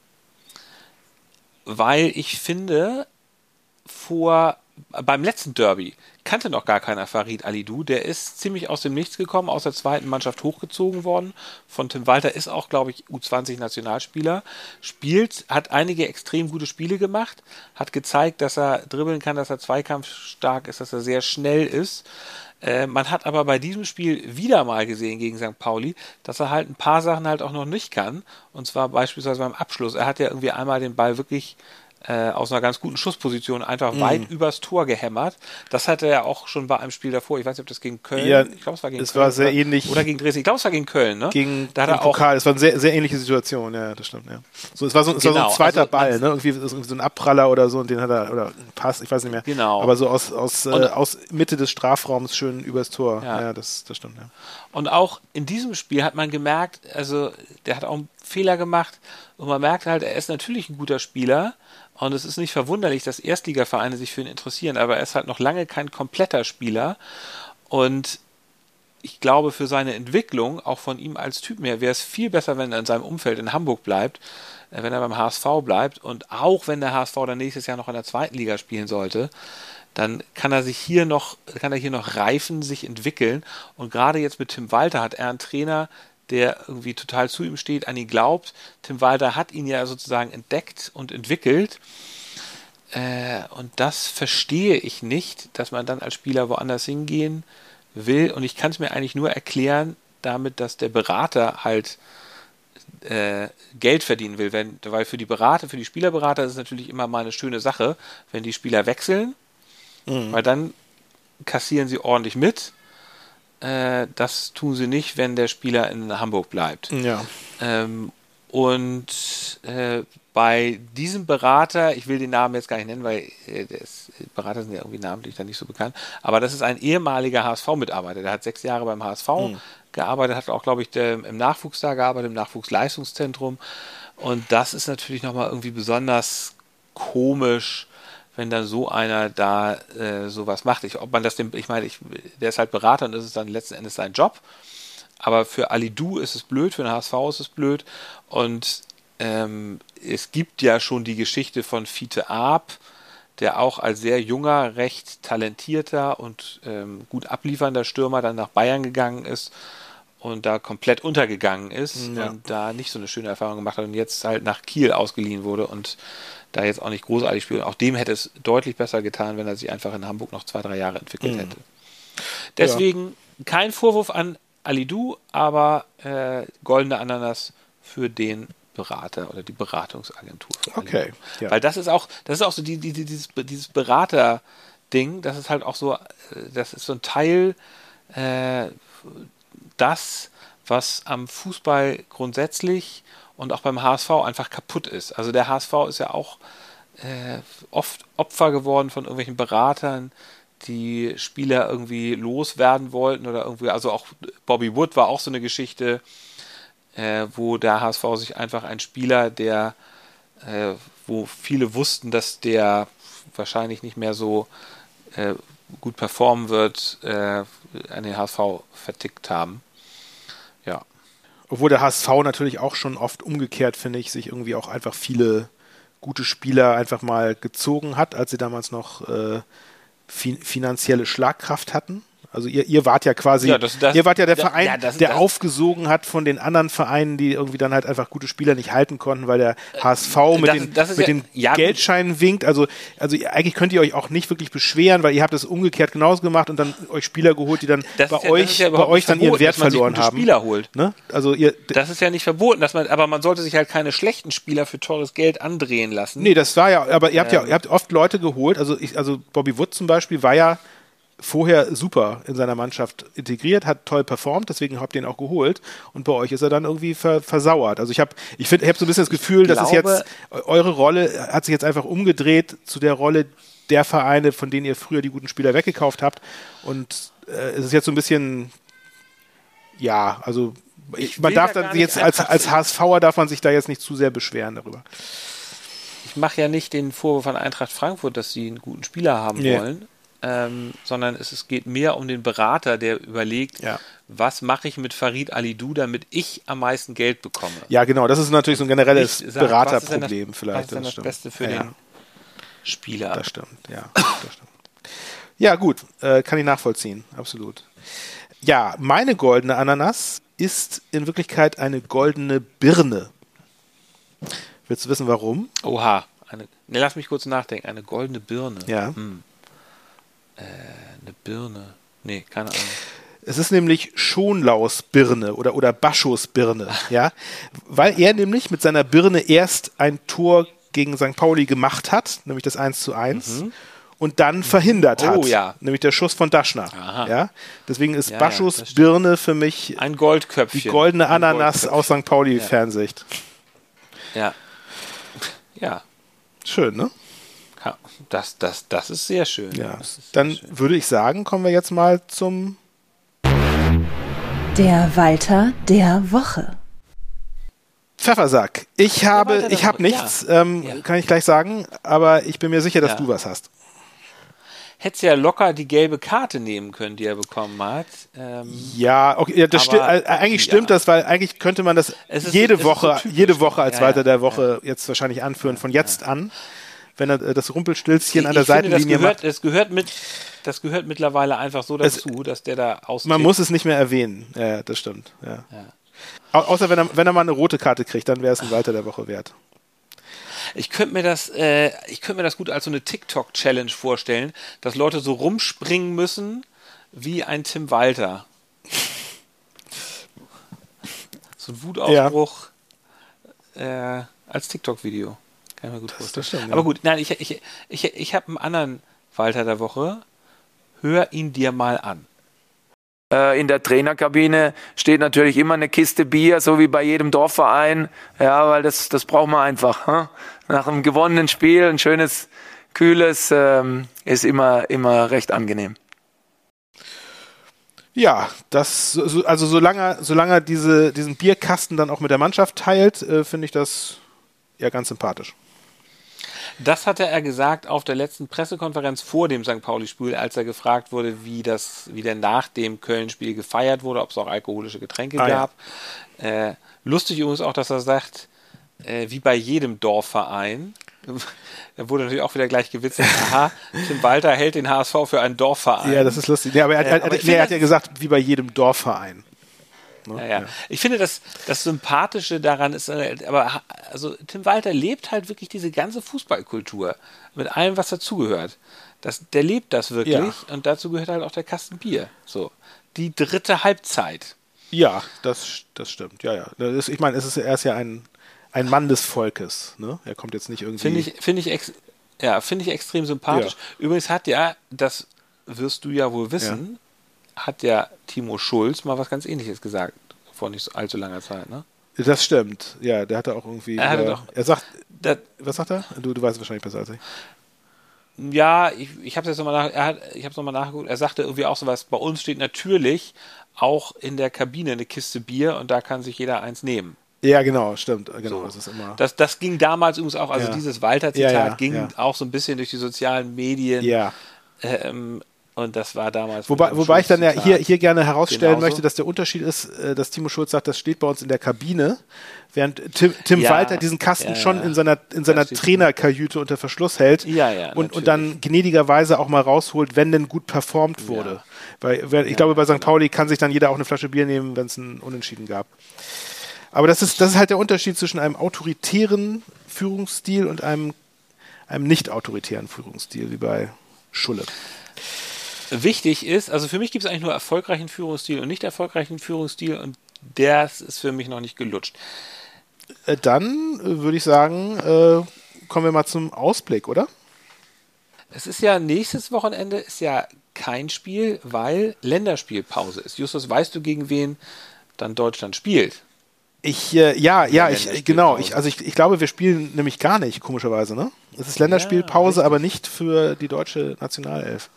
Speaker 2: weil ich finde, vor beim letzten Derby kannte noch gar keiner Farid Alidou, der ist ziemlich aus dem Nichts gekommen, aus der zweiten Mannschaft hochgezogen worden von Tim Walter, ist auch, glaube ich, U zwanzig Nationalspieler, spielt, hat einige extrem gute Spiele gemacht, hat gezeigt, dass er dribbeln kann, dass er zweikampfstark ist, dass er sehr schnell ist. Äh, man hat aber bei diesem Spiel wieder mal gesehen gegen Sankt Pauli, dass er halt ein paar Sachen halt auch noch nicht kann, und zwar beispielsweise beim Abschluss. Er hat ja irgendwie einmal den Ball wirklich äh, aus einer ganz guten Schussposition einfach
Speaker 3: Mhm.
Speaker 2: weit übers Tor gehämmert. Das hatte er auch schon bei einem Spiel davor. Ich weiß nicht, ob das gegen Köln,
Speaker 3: Ja,
Speaker 2: ich glaube, es war gegen
Speaker 3: es
Speaker 2: Köln.
Speaker 3: war sehr
Speaker 2: oder,
Speaker 3: ähnlich.
Speaker 2: Oder gegen Dresden. Ich glaube, es war gegen Köln, ne?
Speaker 3: Gegen
Speaker 2: da hat
Speaker 3: den
Speaker 2: er auch,
Speaker 3: Pokal. Es war eine sehr, sehr ähnliche Situation, ja, das stimmt, ja. So, es war so, es war so
Speaker 2: Genau,
Speaker 3: ein zweiter
Speaker 2: also
Speaker 3: Ball,
Speaker 2: man-
Speaker 3: ne? Irgendwie, das ist irgendwie so ein Abpraller oder so und den hat er, oder ein Pass, ich weiß nicht mehr.
Speaker 2: Genau.
Speaker 3: Aber so aus, aus, äh,
Speaker 2: Und-
Speaker 3: aus Mitte des Strafraums schön übers Tor. Ja,
Speaker 2: Ja.
Speaker 3: das, das stimmt, ja.
Speaker 2: Und auch in diesem Spiel hat man gemerkt, also der hat auch einen Fehler gemacht und man merkt halt, er ist natürlich ein guter Spieler und es ist nicht verwunderlich, dass Erstligavereine sich für ihn interessieren, aber er ist halt noch lange kein kompletter Spieler und ich glaube, für seine Entwicklung, auch von ihm als Typ her, wäre es viel besser, wenn er in seinem Umfeld in Hamburg bleibt, äh, wenn er beim H S V bleibt und auch wenn der H S V dann nächstes Jahr noch in der zweiten Liga spielen sollte, dann kann er sich hier noch, kann er hier noch reifen, sich entwickeln. Und gerade jetzt mit Tim Walter hat er einen Trainer, der irgendwie total zu ihm steht, an ihn glaubt. Tim Walter hat ihn ja sozusagen entdeckt und entwickelt. Äh, und das verstehe ich nicht, dass man dann als Spieler woanders hingehen will. Und ich kann es mir eigentlich nur erklären, damit, dass der Berater halt äh, Geld verdienen will. Wenn, weil für die Berater, für die Spielerberater ist es natürlich immer mal eine schöne Sache, wenn die Spieler wechseln. Mhm. Weil dann kassieren sie ordentlich mit. Äh, das tun sie nicht, wenn der Spieler in Hamburg bleibt.
Speaker 3: Ja.
Speaker 2: Ähm, und äh, bei diesem Berater, ich will den Namen jetzt gar nicht nennen, weil äh, das, Berater sind ja irgendwie namentlich dann nicht so bekannt, aber das ist ein ehemaliger H S V-Mitarbeiter. Der hat sechs Jahre beim H S V mhm. gearbeitet, hat auch, glaube ich, der, im Nachwuchs da gearbeitet, im Nachwuchsleistungszentrum. Und das ist natürlich nochmal irgendwie besonders komisch, wenn dann so einer da äh, sowas macht. Ich, ob man das dem, ich meine, ich, der ist halt Berater und das ist dann letzten Endes sein Job. Aber für Alidou ist es blöd, für den H S V ist es blöd. Und ähm, es gibt ja schon die Geschichte von Fiete Arp, der auch als sehr junger, recht talentierter und ähm, gut abliefernder Stürmer dann nach Bayern gegangen ist und da komplett untergegangen ist ja. und da nicht so eine schöne Erfahrung gemacht hat und jetzt halt nach Kiel ausgeliehen wurde und da jetzt auch nicht großartig spielt. Auch dem hätte es deutlich besser getan, wenn er sich einfach in Hamburg noch zwei, drei Jahre entwickelt mhm. hätte. Deswegen ja. kein Vorwurf an Alidou, aber äh, goldene Ananas für den Berater oder die Beratungsagentur.
Speaker 3: Okay.
Speaker 2: Ja. Weil das ist auch, das ist auch so die, die, dieses, dieses Berater-Ding, das ist halt auch so, das ist so ein Teil, äh, das, was am Fußball grundsätzlich und auch beim H S V einfach kaputt ist. Also der H S V ist ja auch äh, oft Opfer geworden von irgendwelchen Beratern, die Spieler irgendwie loswerden wollten oder irgendwie, also auch Bobby Wood war auch so eine Geschichte, äh, wo der H S V sich einfach ein Spieler, der, äh, wo viele wussten, dass der wahrscheinlich nicht mehr so äh, gut performen wird, äh, an den H S V vertickt haben. Ja.
Speaker 3: Obwohl der H S V natürlich auch schon oft umgekehrt, finde ich, sich irgendwie auch einfach viele gute Spieler einfach mal gezogen hat, als sie damals noch äh, fi- finanzielle Schlagkraft hatten. Also ihr, ihr wart ja quasi,
Speaker 2: ja, das, das,
Speaker 3: ihr wart ja der
Speaker 2: das,
Speaker 3: Verein,
Speaker 2: ja, das,
Speaker 3: der
Speaker 2: das,
Speaker 3: aufgesogen hat von den anderen Vereinen, die irgendwie dann halt einfach gute Spieler nicht halten konnten, weil der H S V mit
Speaker 2: das,
Speaker 3: den,
Speaker 2: das
Speaker 3: mit
Speaker 2: ja,
Speaker 3: den
Speaker 2: ja,
Speaker 3: Geldscheinen winkt. Also, also eigentlich könnt ihr euch auch nicht wirklich beschweren, weil ihr habt es umgekehrt genauso gemacht und dann euch Spieler geholt, die dann
Speaker 2: das
Speaker 3: bei
Speaker 2: ja,
Speaker 3: euch,
Speaker 2: ja
Speaker 3: bei euch dann
Speaker 2: verboten,
Speaker 3: ihren Wert
Speaker 2: dass man
Speaker 3: verloren
Speaker 2: sich gute
Speaker 3: haben.
Speaker 2: Spieler holt.
Speaker 3: Ne? Also ihr,
Speaker 2: das ist ja nicht verboten, dass man, aber man sollte sich halt keine schlechten Spieler für teures Geld andrehen lassen.
Speaker 3: Nee, das war ja, aber ihr habt
Speaker 2: ähm,
Speaker 3: ja, ihr habt oft Leute geholt, also ich, also Bobby Wood zum Beispiel war ja vorher super in seiner Mannschaft integriert, hat toll performt, deswegen habt ihr ihn auch geholt und bei euch ist er dann irgendwie ver- versauert. Also ich habe ich finde, ich habe so ein bisschen das Gefühl, dass es jetzt, eure Rolle hat sich jetzt einfach umgedreht zu der Rolle der Vereine, von denen ihr früher die guten Spieler weggekauft habt und äh, es ist jetzt so ein bisschen, ja, also ich, man darf dann jetzt als, als HSVer darf man sich da jetzt nicht zu sehr beschweren darüber.
Speaker 2: Ich mache ja nicht den Vorwurf an Eintracht Frankfurt, dass sie einen guten Spieler haben
Speaker 3: yeah.
Speaker 2: wollen. Ähm, sondern es, es geht mehr um den Berater, der überlegt,
Speaker 3: ja.
Speaker 2: was mache ich mit Farid Alidou, damit ich am meisten Geld bekomme.
Speaker 3: Ja, genau, das ist natürlich so ein generelles
Speaker 2: Nicht,
Speaker 3: Beraterproblem
Speaker 2: das,
Speaker 3: vielleicht.
Speaker 2: Was ist denn das, das Beste für ja. den Spieler?
Speaker 3: Das stimmt, ja. Das stimmt. Ja, gut, äh, kann ich nachvollziehen, absolut. Ja, meine goldene Ananas ist in Wirklichkeit eine goldene Birne. Willst du wissen, warum?
Speaker 2: Oha, eine, ne, lass mich kurz nachdenken. Eine goldene Birne.
Speaker 3: Ja.
Speaker 2: Hm. Äh, eine Birne. Nee, keine Ahnung.
Speaker 3: Es ist nämlich Schonlaus-Birne oder, oder Baschos-Birne, ja, weil er nämlich mit seiner Birne erst ein Tor gegen Sankt Pauli gemacht hat, nämlich das eins zu eins. Mhm. Und dann verhindert
Speaker 2: oh,
Speaker 3: hat,
Speaker 2: ja.
Speaker 3: nämlich der Schuss von Daschner. Ja? Deswegen ist
Speaker 2: ja,
Speaker 3: Baschus
Speaker 2: ja,
Speaker 3: Birne für mich
Speaker 2: ein Goldköpfchen.
Speaker 3: Die goldene Ananas aus Sankt Pauli-Fernsicht.
Speaker 2: Ja. Ja.
Speaker 3: Schön, ne?
Speaker 2: Ja, das, das, das ist sehr schön.
Speaker 3: Ja.
Speaker 2: Ist sehr
Speaker 3: Dann
Speaker 2: schön.
Speaker 3: würde ich sagen, kommen wir jetzt mal zum
Speaker 1: Der Walter der Woche.
Speaker 3: Pfeffersack. Ich habe, ich habe nichts, ja. Ähm, ja. kann ich gleich sagen, aber ich bin mir sicher, dass ja. du was hast.
Speaker 2: Hättest ja locker die gelbe Karte nehmen können, die er bekommen hat. Ähm,
Speaker 3: ja, okay, ja, das sti- eigentlich stimmt ja. das, weil eigentlich könnte man das ist, jede Woche, so jede Woche als ja, Walter der Woche ja. jetzt wahrscheinlich anführen, von jetzt ja. an, wenn er das Rumpelstilzchen ich, an der ich Seitenlinie
Speaker 2: finde, das gehört,
Speaker 3: macht.
Speaker 2: Das gehört, mit, das gehört mittlerweile einfach so dazu, es, dass der da aus.
Speaker 3: Man muss es nicht mehr erwähnen, ja, das stimmt. Ja. Ja. Au- außer wenn er, wenn er mal eine rote Karte kriegt, dann wäre es ein Walter der Woche wert.
Speaker 2: Ich könnte mir das, äh, ich könnte mir das gut als so eine TikTok-Challenge vorstellen, dass Leute so rumspringen müssen wie ein Tim Walter. So ein Wutausbruch ja. äh, als TikTok-Video. Kann ich mir gut
Speaker 3: das,
Speaker 2: vorstellen.
Speaker 3: Das stimmt,
Speaker 2: Aber
Speaker 3: ja.
Speaker 2: gut, nein, ich, ich, ich, ich habe einen anderen Walter der Woche. Hör ihn dir mal an.
Speaker 4: In der Trainerkabine steht natürlich immer eine Kiste Bier, so wie bei jedem Dorfverein. Ja, weil das, das braucht man einfach. Hm? Nach einem gewonnenen Spiel, ein schönes, kühles, ähm, ist immer, immer recht angenehm.
Speaker 3: Ja, das, so, also solange, solange er diese, diesen Bierkasten dann auch mit der Mannschaft teilt, äh, finde ich das ja ganz sympathisch.
Speaker 2: Das hatte er gesagt auf der letzten Pressekonferenz vor dem Sankt Pauli-Spiel, als er gefragt wurde, wie das, wie denn nach dem Köln-Spiel gefeiert wurde, ob es auch alkoholische Getränke ah, gab. Ja. Äh, lustig übrigens auch, dass er sagt, äh, wie bei jedem Dorfverein. Da wurde natürlich auch wieder gleich gewitzelt, aha, Tim Walter hält den H S V für einen Dorfverein.
Speaker 3: Ja, das ist lustig. Ja, aber er, äh, aber er, nee, er hat ja gesagt, wie bei jedem Dorfverein.
Speaker 2: Ne? Ja, ja. Ja. Ich finde, das, das Sympathische daran ist, aber also Tim Walter lebt halt wirklich diese ganze Fußballkultur mit allem, was dazugehört. Das, der lebt das wirklich ja. Und dazu gehört halt auch der Kasten Bier. So, die dritte Halbzeit.
Speaker 3: Ja, das, das stimmt. Ja, ja. Das ist, ich meine, es ist, er ist ja ein, ein Mann des Volkes. Ne? Er kommt jetzt nicht irgendwie.
Speaker 2: Finde ich, finde ich, ex, ja, finde ich extrem sympathisch. Ja. Übrigens hat ja, das wirst du ja wohl wissen. Ja. Hat ja Timo Schulz mal was ganz Ähnliches gesagt, vor nicht so allzu langer Zeit, ne?
Speaker 3: Das stimmt, ja, der hatte auch irgendwie...
Speaker 2: Er, hatte
Speaker 3: äh,
Speaker 2: doch,
Speaker 3: er sagt,
Speaker 2: das,
Speaker 3: was sagt er? Du, du weißt es wahrscheinlich besser als ich.
Speaker 2: Ja, ich, ich habe es jetzt nochmal nach, er hat, ich hab's noch mal nachgeguckt, er sagte irgendwie auch sowas, bei uns steht natürlich auch in der Kabine eine Kiste Bier und da kann sich jeder eins nehmen.
Speaker 3: Ja, genau, stimmt, genau,
Speaker 2: so.
Speaker 3: das ist immer...
Speaker 2: Das, das ging damals übrigens auch, also ja. dieses Walter-Zitat ja, ja, ging
Speaker 3: ja.
Speaker 2: auch so ein bisschen durch die sozialen Medien.
Speaker 3: Ja.
Speaker 2: Ähm, Und das war damals...
Speaker 3: Wobei, wobei ich dann ja hier, hier gerne herausstellen Genauso. möchte, dass der Unterschied ist, dass Timo Schulz sagt, das steht bei uns in der Kabine, während Tim, Tim
Speaker 2: ja,
Speaker 3: Walter diesen Kasten
Speaker 2: ja,
Speaker 3: schon
Speaker 2: ja.
Speaker 3: in seiner, in seiner Trainerkajüte unter Verschluss hält
Speaker 2: ja, ja,
Speaker 3: und, und dann gnädigerweise auch mal rausholt, wenn denn gut performt wurde. Ja. Weil, weil ich ja, glaube, bei Sankt Pauli kann sich dann jeder auch eine Flasche Bier nehmen, wenn es einen Unentschieden gab. Aber das ist, das ist halt der Unterschied zwischen einem autoritären Führungsstil und einem, einem nicht autoritären Führungsstil, wie bei Schulle.
Speaker 2: Wichtig ist, also für mich gibt es eigentlich nur erfolgreichen Führungsstil und nicht erfolgreichen Führungsstil und der ist für mich noch nicht gelutscht.
Speaker 3: Äh, dann äh, würde ich sagen, äh, kommen wir mal zum Ausblick, oder?
Speaker 2: Es ist ja nächstes Wochenende ist ja kein Spiel, weil Länderspielpause ist. Justus, weißt du, gegen wen dann Deutschland spielt?
Speaker 3: Ich, äh, ja, ja, ich, genau. Ich, also ich, ich glaube, wir spielen nämlich gar nicht, komischerweise, ne? Es ist Länderspielpause, ja, aber nicht für die deutsche Nationalelf.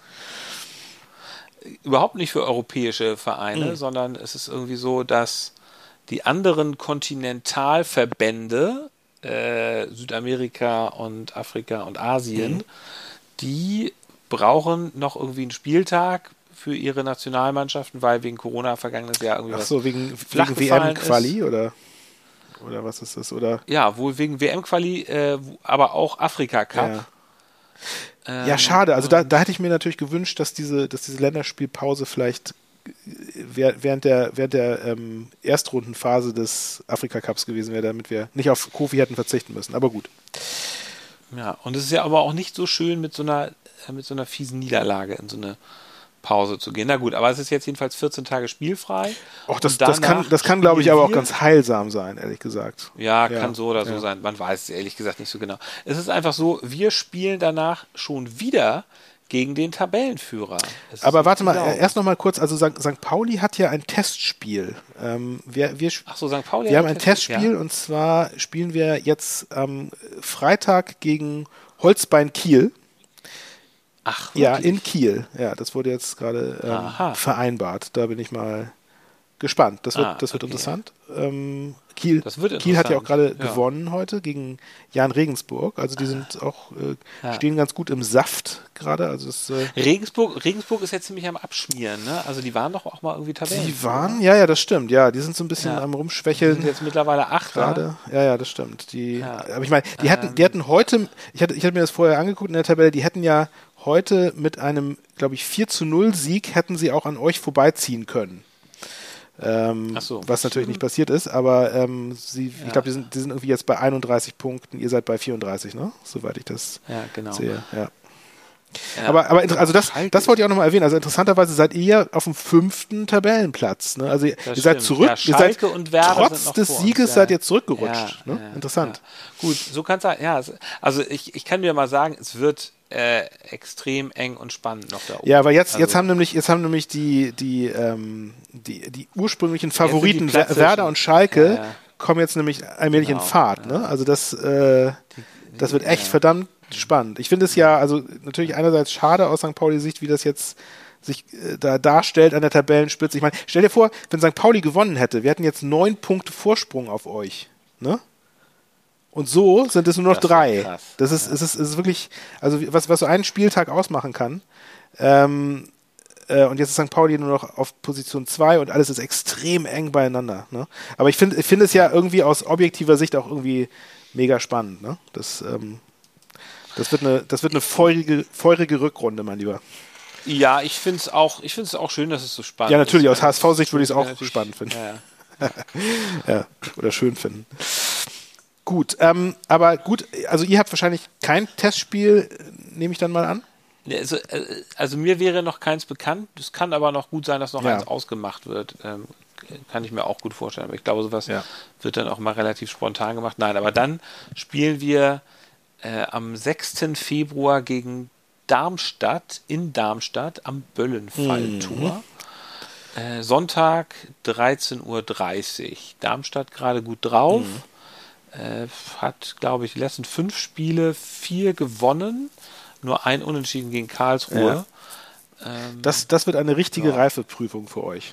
Speaker 2: Überhaupt nicht für europäische Vereine, mhm. sondern es ist irgendwie so, dass die anderen Kontinentalverbände, äh, Südamerika und Afrika und Asien, mhm. die brauchen noch irgendwie einen Spieltag für ihre Nationalmannschaften, weil wegen Corona vergangenes Jahr irgendwie
Speaker 3: Ach so, wegen,
Speaker 2: wegen
Speaker 3: W M-Quali oder, oder was ist das? Oder?
Speaker 2: Ja, wohl wegen W M-Quali, äh, aber auch Afrika-Cup.
Speaker 3: Ja. Ja, schade. Also da, da hätte ich mir natürlich gewünscht, dass diese, dass diese Länderspielpause vielleicht während der, während der ähm, Erstrundenphase des Afrika-Cups gewesen wäre, damit wir nicht auf Kofi hätten verzichten müssen. Aber gut.
Speaker 2: Ja, und es ist ja aber auch nicht so schön mit so einer, mit so einer fiesen Niederlage in so eine Pause zu gehen. Na gut, aber es ist jetzt jedenfalls vierzehn Tage spielfrei.
Speaker 3: Och, das, das kann, das kann glaube ich, aber auch ganz heilsam sein, ehrlich gesagt.
Speaker 2: Ja,
Speaker 3: ja.
Speaker 2: kann so oder so ja. sein. Man weiß es ehrlich gesagt nicht so genau. Es ist einfach so, wir spielen danach schon wieder gegen den Tabellenführer. Das
Speaker 3: aber warte mal, glauben. erst noch mal kurz, also Sankt Pauli hat ja ein Testspiel. Ähm, wir, wir,
Speaker 2: Ach so, Sankt Pauli
Speaker 3: wir haben ein
Speaker 2: Testspiel,
Speaker 3: Testspiel
Speaker 2: ja.
Speaker 3: und zwar spielen wir jetzt am Freitag gegen Holzbein Kiel.
Speaker 2: Ach,
Speaker 3: ja,
Speaker 2: wirklich?
Speaker 3: in Kiel. Ja, das wurde jetzt gerade ähm, vereinbart. Da bin ich mal gespannt. Das wird,
Speaker 2: ah,
Speaker 3: das wird
Speaker 2: okay.
Speaker 3: interessant. Ähm, Kiel,
Speaker 2: das wird
Speaker 3: Kiel hat ja auch gerade
Speaker 2: ja.
Speaker 3: gewonnen heute gegen Jan Regensburg. Also die sind auch äh,
Speaker 2: ja.
Speaker 3: stehen ganz gut im Saft gerade. Also das, äh,
Speaker 2: Regensburg, Regensburg ist jetzt ziemlich am Abschmieren, ne? Also die waren doch auch mal irgendwie Tabellen.
Speaker 3: Die waren, ja, ja, das stimmt. Ja, die sind so ein bisschen
Speaker 2: ja.
Speaker 3: am rumschwächeln.
Speaker 2: Die sind jetzt mittlerweile Achter.
Speaker 3: Gerade. Ja, ja, das stimmt. Die,
Speaker 2: ja.
Speaker 3: aber ich meine, die hatten, die hatten heute, ich hatte, ich hatte mir das vorher angeguckt in der Tabelle, die hätten ja heute mit einem, glaube ich, vier zu null Sieg hätten sie auch an euch vorbeiziehen können. Ähm,
Speaker 2: Ach so.
Speaker 3: Was natürlich nicht passiert ist, aber ähm, sie,
Speaker 2: ja.
Speaker 3: ich glaube, die sind, die sind irgendwie jetzt bei einunddreißig Punkten, ihr seid bei vierunddreißig, ne? Soweit ich das
Speaker 2: ja, genau.
Speaker 3: sehe. Ja.
Speaker 2: Ja.
Speaker 3: Aber, aber also das, das wollte ich auch nochmal erwähnen. Also interessanterweise seid ihr auf dem fünften Tabellenplatz. Ne? Also ihr, ihr seid zurück,
Speaker 2: ja,
Speaker 3: ihr seid
Speaker 2: und Werder
Speaker 3: trotz
Speaker 2: sind
Speaker 3: des
Speaker 2: noch
Speaker 3: Sieges
Speaker 2: ja.
Speaker 3: seid ihr zurückgerutscht.
Speaker 2: Ja,
Speaker 3: ne?
Speaker 2: ja,
Speaker 3: Interessant.
Speaker 2: Ja. Gut, so kann es sein. Ja, also ich, ich kann dir mal sagen, es wird äh, extrem eng und spannend noch da oben.
Speaker 3: Ja, aber jetzt,
Speaker 2: also,
Speaker 3: jetzt haben nämlich, jetzt haben nämlich die, die, ähm, die, die ursprünglichen Favoriten Werder und Schalke ja, ja. kommen jetzt nämlich allmählich genau, in Fahrt. Ja. Ne? Also das, äh, das wird echt ja. verdammt spannend. Ich finde es ja, also natürlich einerseits schade aus Sankt Pauli Sicht, wie das jetzt sich äh, da darstellt an der Tabellenspitze. Ich meine, stell dir vor, wenn Sankt Pauli gewonnen hätte, wir hätten jetzt neun Punkte Vorsprung auf euch. Ne? Und so sind es nur noch
Speaker 2: das
Speaker 3: drei.
Speaker 2: Ist krass.
Speaker 3: Das ist, ja. es ist, es ist wirklich, also was, was so einen Spieltag ausmachen kann. Ähm, äh, und jetzt ist Sankt Pauli nur noch auf Position zwei und alles ist extrem eng beieinander. Ne? Aber ich finde ich finde es ja irgendwie aus objektiver Sicht auch irgendwie mega spannend. Ne? Das, ähm, das wird eine, das wird eine feurige, feurige Rückrunde, mein Lieber.
Speaker 2: Ja, ich finde es auch, ich finde es auch schön, dass es so spannend ist.
Speaker 3: Ja, natürlich,
Speaker 2: ist.
Speaker 3: aus H S V-Sicht würde ich es auch spannend finden.
Speaker 2: Ja, ja.
Speaker 3: ja, oder schön finden. Gut, ähm, aber gut, also ihr habt wahrscheinlich kein Testspiel, nehme ich dann mal an?
Speaker 2: Also, also mir wäre noch keins bekannt. Es kann aber noch gut sein, dass noch ja. eins ausgemacht wird. Ähm, kann ich mir auch gut vorstellen. Aber ich glaube, sowas ja. wird dann auch mal relativ spontan gemacht. Nein, aber dann spielen wir äh, am sechsten Februar gegen Darmstadt, in Darmstadt, am Böllenfalltor. Mhm. Äh, Sonntag, dreizehn Uhr dreißig. Darmstadt gerade gut drauf. Mhm. Äh, hat, glaube ich, die letzten fünf Spiele vier gewonnen. Nur ein Unentschieden gegen Karlsruhe.
Speaker 3: Ja. Ähm, das, das wird eine richtige ja. Reifeprüfung für euch.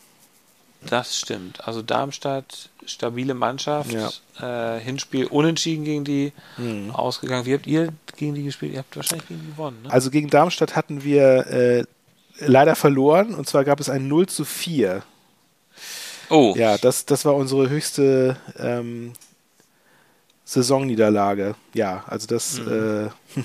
Speaker 2: Das stimmt. Also Darmstadt, stabile Mannschaft. Ja. Äh, Hinspiel unentschieden gegen die mhm. ausgegangen. Wie habt ihr gegen die gespielt? Ihr habt wahrscheinlich gegen die gewonnen, ne?
Speaker 3: Also gegen Darmstadt hatten wir äh, leider verloren. Und zwar gab es ein null zu vier.
Speaker 2: Oh.
Speaker 3: Ja, das, das war unsere höchste ähm, Saisonniederlage. Ja, also das mhm. äh,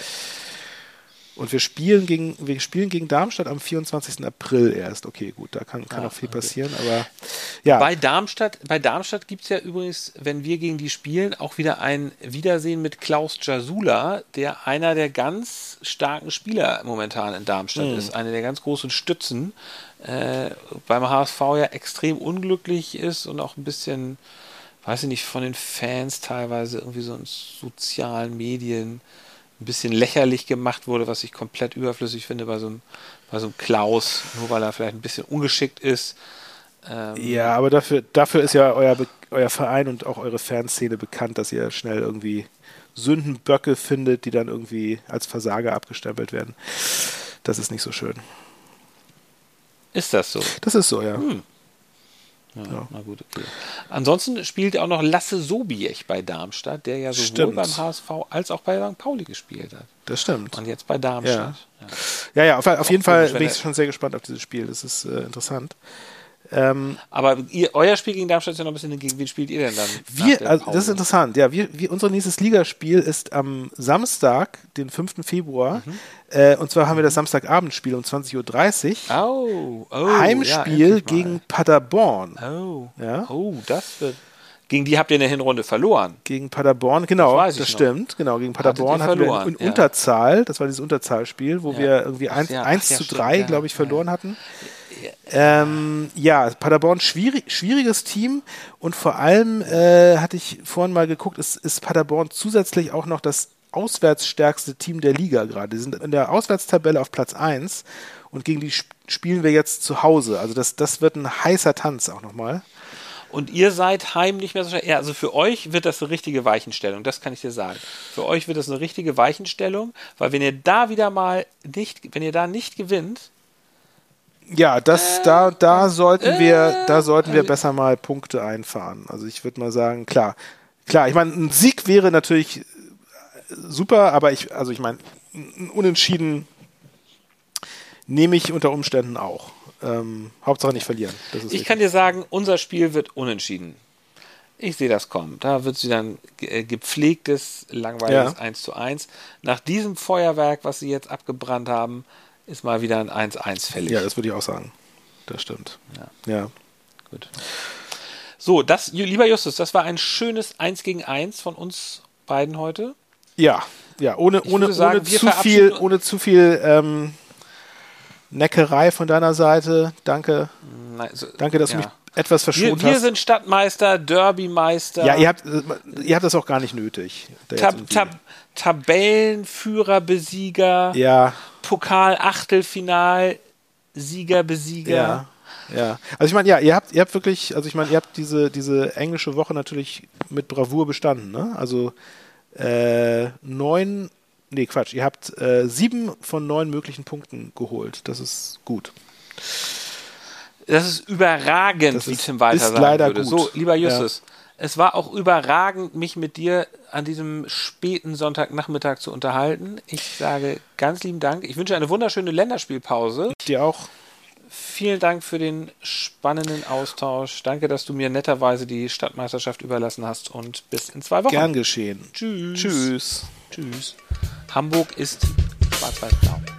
Speaker 3: und wir spielen gegen wir spielen gegen Darmstadt am vierundzwanzigsten April erst. Okay, gut, da kann, kann ah, auch viel okay. passieren, aber ja.
Speaker 2: Bei Darmstadt, bei Darmstadt gibt es ja übrigens, wenn wir gegen die spielen, auch wieder ein Wiedersehen mit Klaus Jasula, der einer der ganz starken Spieler momentan in Darmstadt mhm. ist, eine der ganz großen Stützen, äh, beim H S V ja extrem unglücklich ist und auch ein bisschen, weiß ich nicht, von den Fans teilweise irgendwie so in sozialen Medien ein bisschen lächerlich gemacht wurde, was ich komplett überflüssig finde bei so einem, bei so einem Klaus, nur weil er vielleicht ein bisschen ungeschickt ist. Ähm
Speaker 3: ja, aber dafür, dafür ist ja euer, euer Verein und auch eure Fanszene bekannt, dass ihr schnell irgendwie Sündenböcke findet, die dann irgendwie als Versager abgestempelt werden. Das ist nicht so schön.
Speaker 2: Ist das so?
Speaker 3: Das ist so, ja.
Speaker 2: Hm. Ja, ja. Na gut, okay. Ansonsten spielt auch noch Lasse Sobiech bei Darmstadt, der ja sowohl stimmt. beim H S V als auch bei Sankt Pauli gespielt hat.
Speaker 3: Das stimmt.
Speaker 2: Und jetzt bei Darmstadt.
Speaker 3: Ja, ja, ja auf, auf jeden Fall bin ich schon sehr gespannt auf dieses Spiel. Das ist äh, interessant. Ähm,
Speaker 2: Aber ihr, euer Spiel gegen Darmstadt ist ja noch ein bisschen gegen wen spielt ihr denn dann?
Speaker 3: Wir, also das ist interessant. Ja, wir, wir, unser nächstes Ligaspiel ist am Samstag, den fünften Februar. Mhm. Äh, und zwar haben wir das Samstagabendspiel um zwanzig Uhr dreißig.
Speaker 2: Oh, oh,
Speaker 3: Heimspiel
Speaker 2: ja,
Speaker 3: gegen Paderborn.
Speaker 2: Oh,
Speaker 3: ja?
Speaker 2: oh, das wird, Gegen die habt ihr in der Hinrunde verloren.
Speaker 3: Gegen Paderborn, genau,
Speaker 2: das,
Speaker 3: das
Speaker 2: das
Speaker 3: stimmt. Genau, gegen Paderborn hatten wir in, in ja. Unterzahl, das war dieses Unterzahlspiel, wo ja. wir irgendwie eins, ja, eins ja, zu drei, ja, glaube ich, verloren ja. hatten. Ja. Ähm, ja, Paderborn, schwierig, schwieriges Team und vor allem äh, hatte ich vorhin mal geguckt, ist, ist Paderborn zusätzlich auch noch das auswärtsstärkste Team der Liga gerade. Die sind in der Auswärtstabelle auf Platz eins und gegen die sp- spielen wir jetzt zu Hause. Also das, das wird ein heißer Tanz auch nochmal.
Speaker 2: Und ihr seid heim nicht mehr so schwer. Ja, also für euch wird das eine richtige Weichenstellung, das kann ich dir sagen. Für euch wird das eine richtige Weichenstellung, weil wenn ihr da wieder mal nicht, wenn ihr da nicht gewinnt.
Speaker 3: Ja, das, äh, da, da sollten äh, wir, da sollten wir also, besser mal Punkte einfahren. Also ich würde mal sagen, klar, klar, ich meine, ein Sieg wäre natürlich super, aber ich, also ich meine, ein Unentschieden nehme ich unter Umständen auch. Ähm, Hauptsache nicht verlieren. Das ist
Speaker 2: ich
Speaker 3: wichtig.
Speaker 2: kann dir sagen, unser Spiel wird unentschieden. Ich sehe das kommen. Da wird sie dann ge- gepflegtes, langweiliges ja. eins zu eins. Nach diesem Feuerwerk, was sie jetzt abgebrannt haben, ist mal wieder ein eins eins fällig.
Speaker 3: Ja, das würde ich auch sagen. Das stimmt.
Speaker 2: Ja.
Speaker 3: ja.
Speaker 2: Gut. So, das, lieber Justus, das war ein schönes eins gegen eins von uns beiden heute.
Speaker 3: Ja, ja, ohne, ohne,
Speaker 2: sagen,
Speaker 3: ohne, zu viel, ohne zu viel ähm, Neckerei von deiner Seite. Danke.
Speaker 2: Nein, so,
Speaker 3: Danke, dass
Speaker 2: ja.
Speaker 3: du mich etwas verschont
Speaker 2: wir, wir
Speaker 3: hast.
Speaker 2: sind Stadtmeister, Derbymeister.
Speaker 3: Ja, ihr habt, ihr habt das auch gar nicht nötig.
Speaker 2: Tab- Tab- Tabellenführer-Besieger.
Speaker 3: Ja.
Speaker 2: Pokal-Achtelfinal, Sieger-Besieger.
Speaker 3: Ja. Ja, also ich meine, ja, ihr habt, ihr habt wirklich, also ich meine, ihr habt diese, diese englische Woche natürlich mit Bravour bestanden, ne? Also äh, neun, nee, Quatsch, ihr habt äh, sieben von neun möglichen Punkten geholt. Das ist gut.
Speaker 2: Das ist überragend,
Speaker 3: das
Speaker 2: wie
Speaker 3: ist,
Speaker 2: Tim Walter
Speaker 3: ist
Speaker 2: sagen
Speaker 3: leider
Speaker 2: würde.
Speaker 3: Gut.
Speaker 2: So, lieber Justus,
Speaker 3: ja.
Speaker 2: es war auch überragend, mich mit dir an diesem späten Sonntagnachmittag zu unterhalten. Ich sage ganz lieben Dank. Ich wünsche eine wunderschöne Länderspielpause.
Speaker 3: Dir auch.
Speaker 2: Vielen Dank für den spannenden Austausch. Danke, dass du mir netterweise die Stadtmeisterschaft überlassen hast und bis in zwei Wochen.
Speaker 3: Gern geschehen.
Speaker 2: Tschüss.
Speaker 3: Tschüss.
Speaker 2: Tschüss. Hamburg ist schwarz-weiß-blau.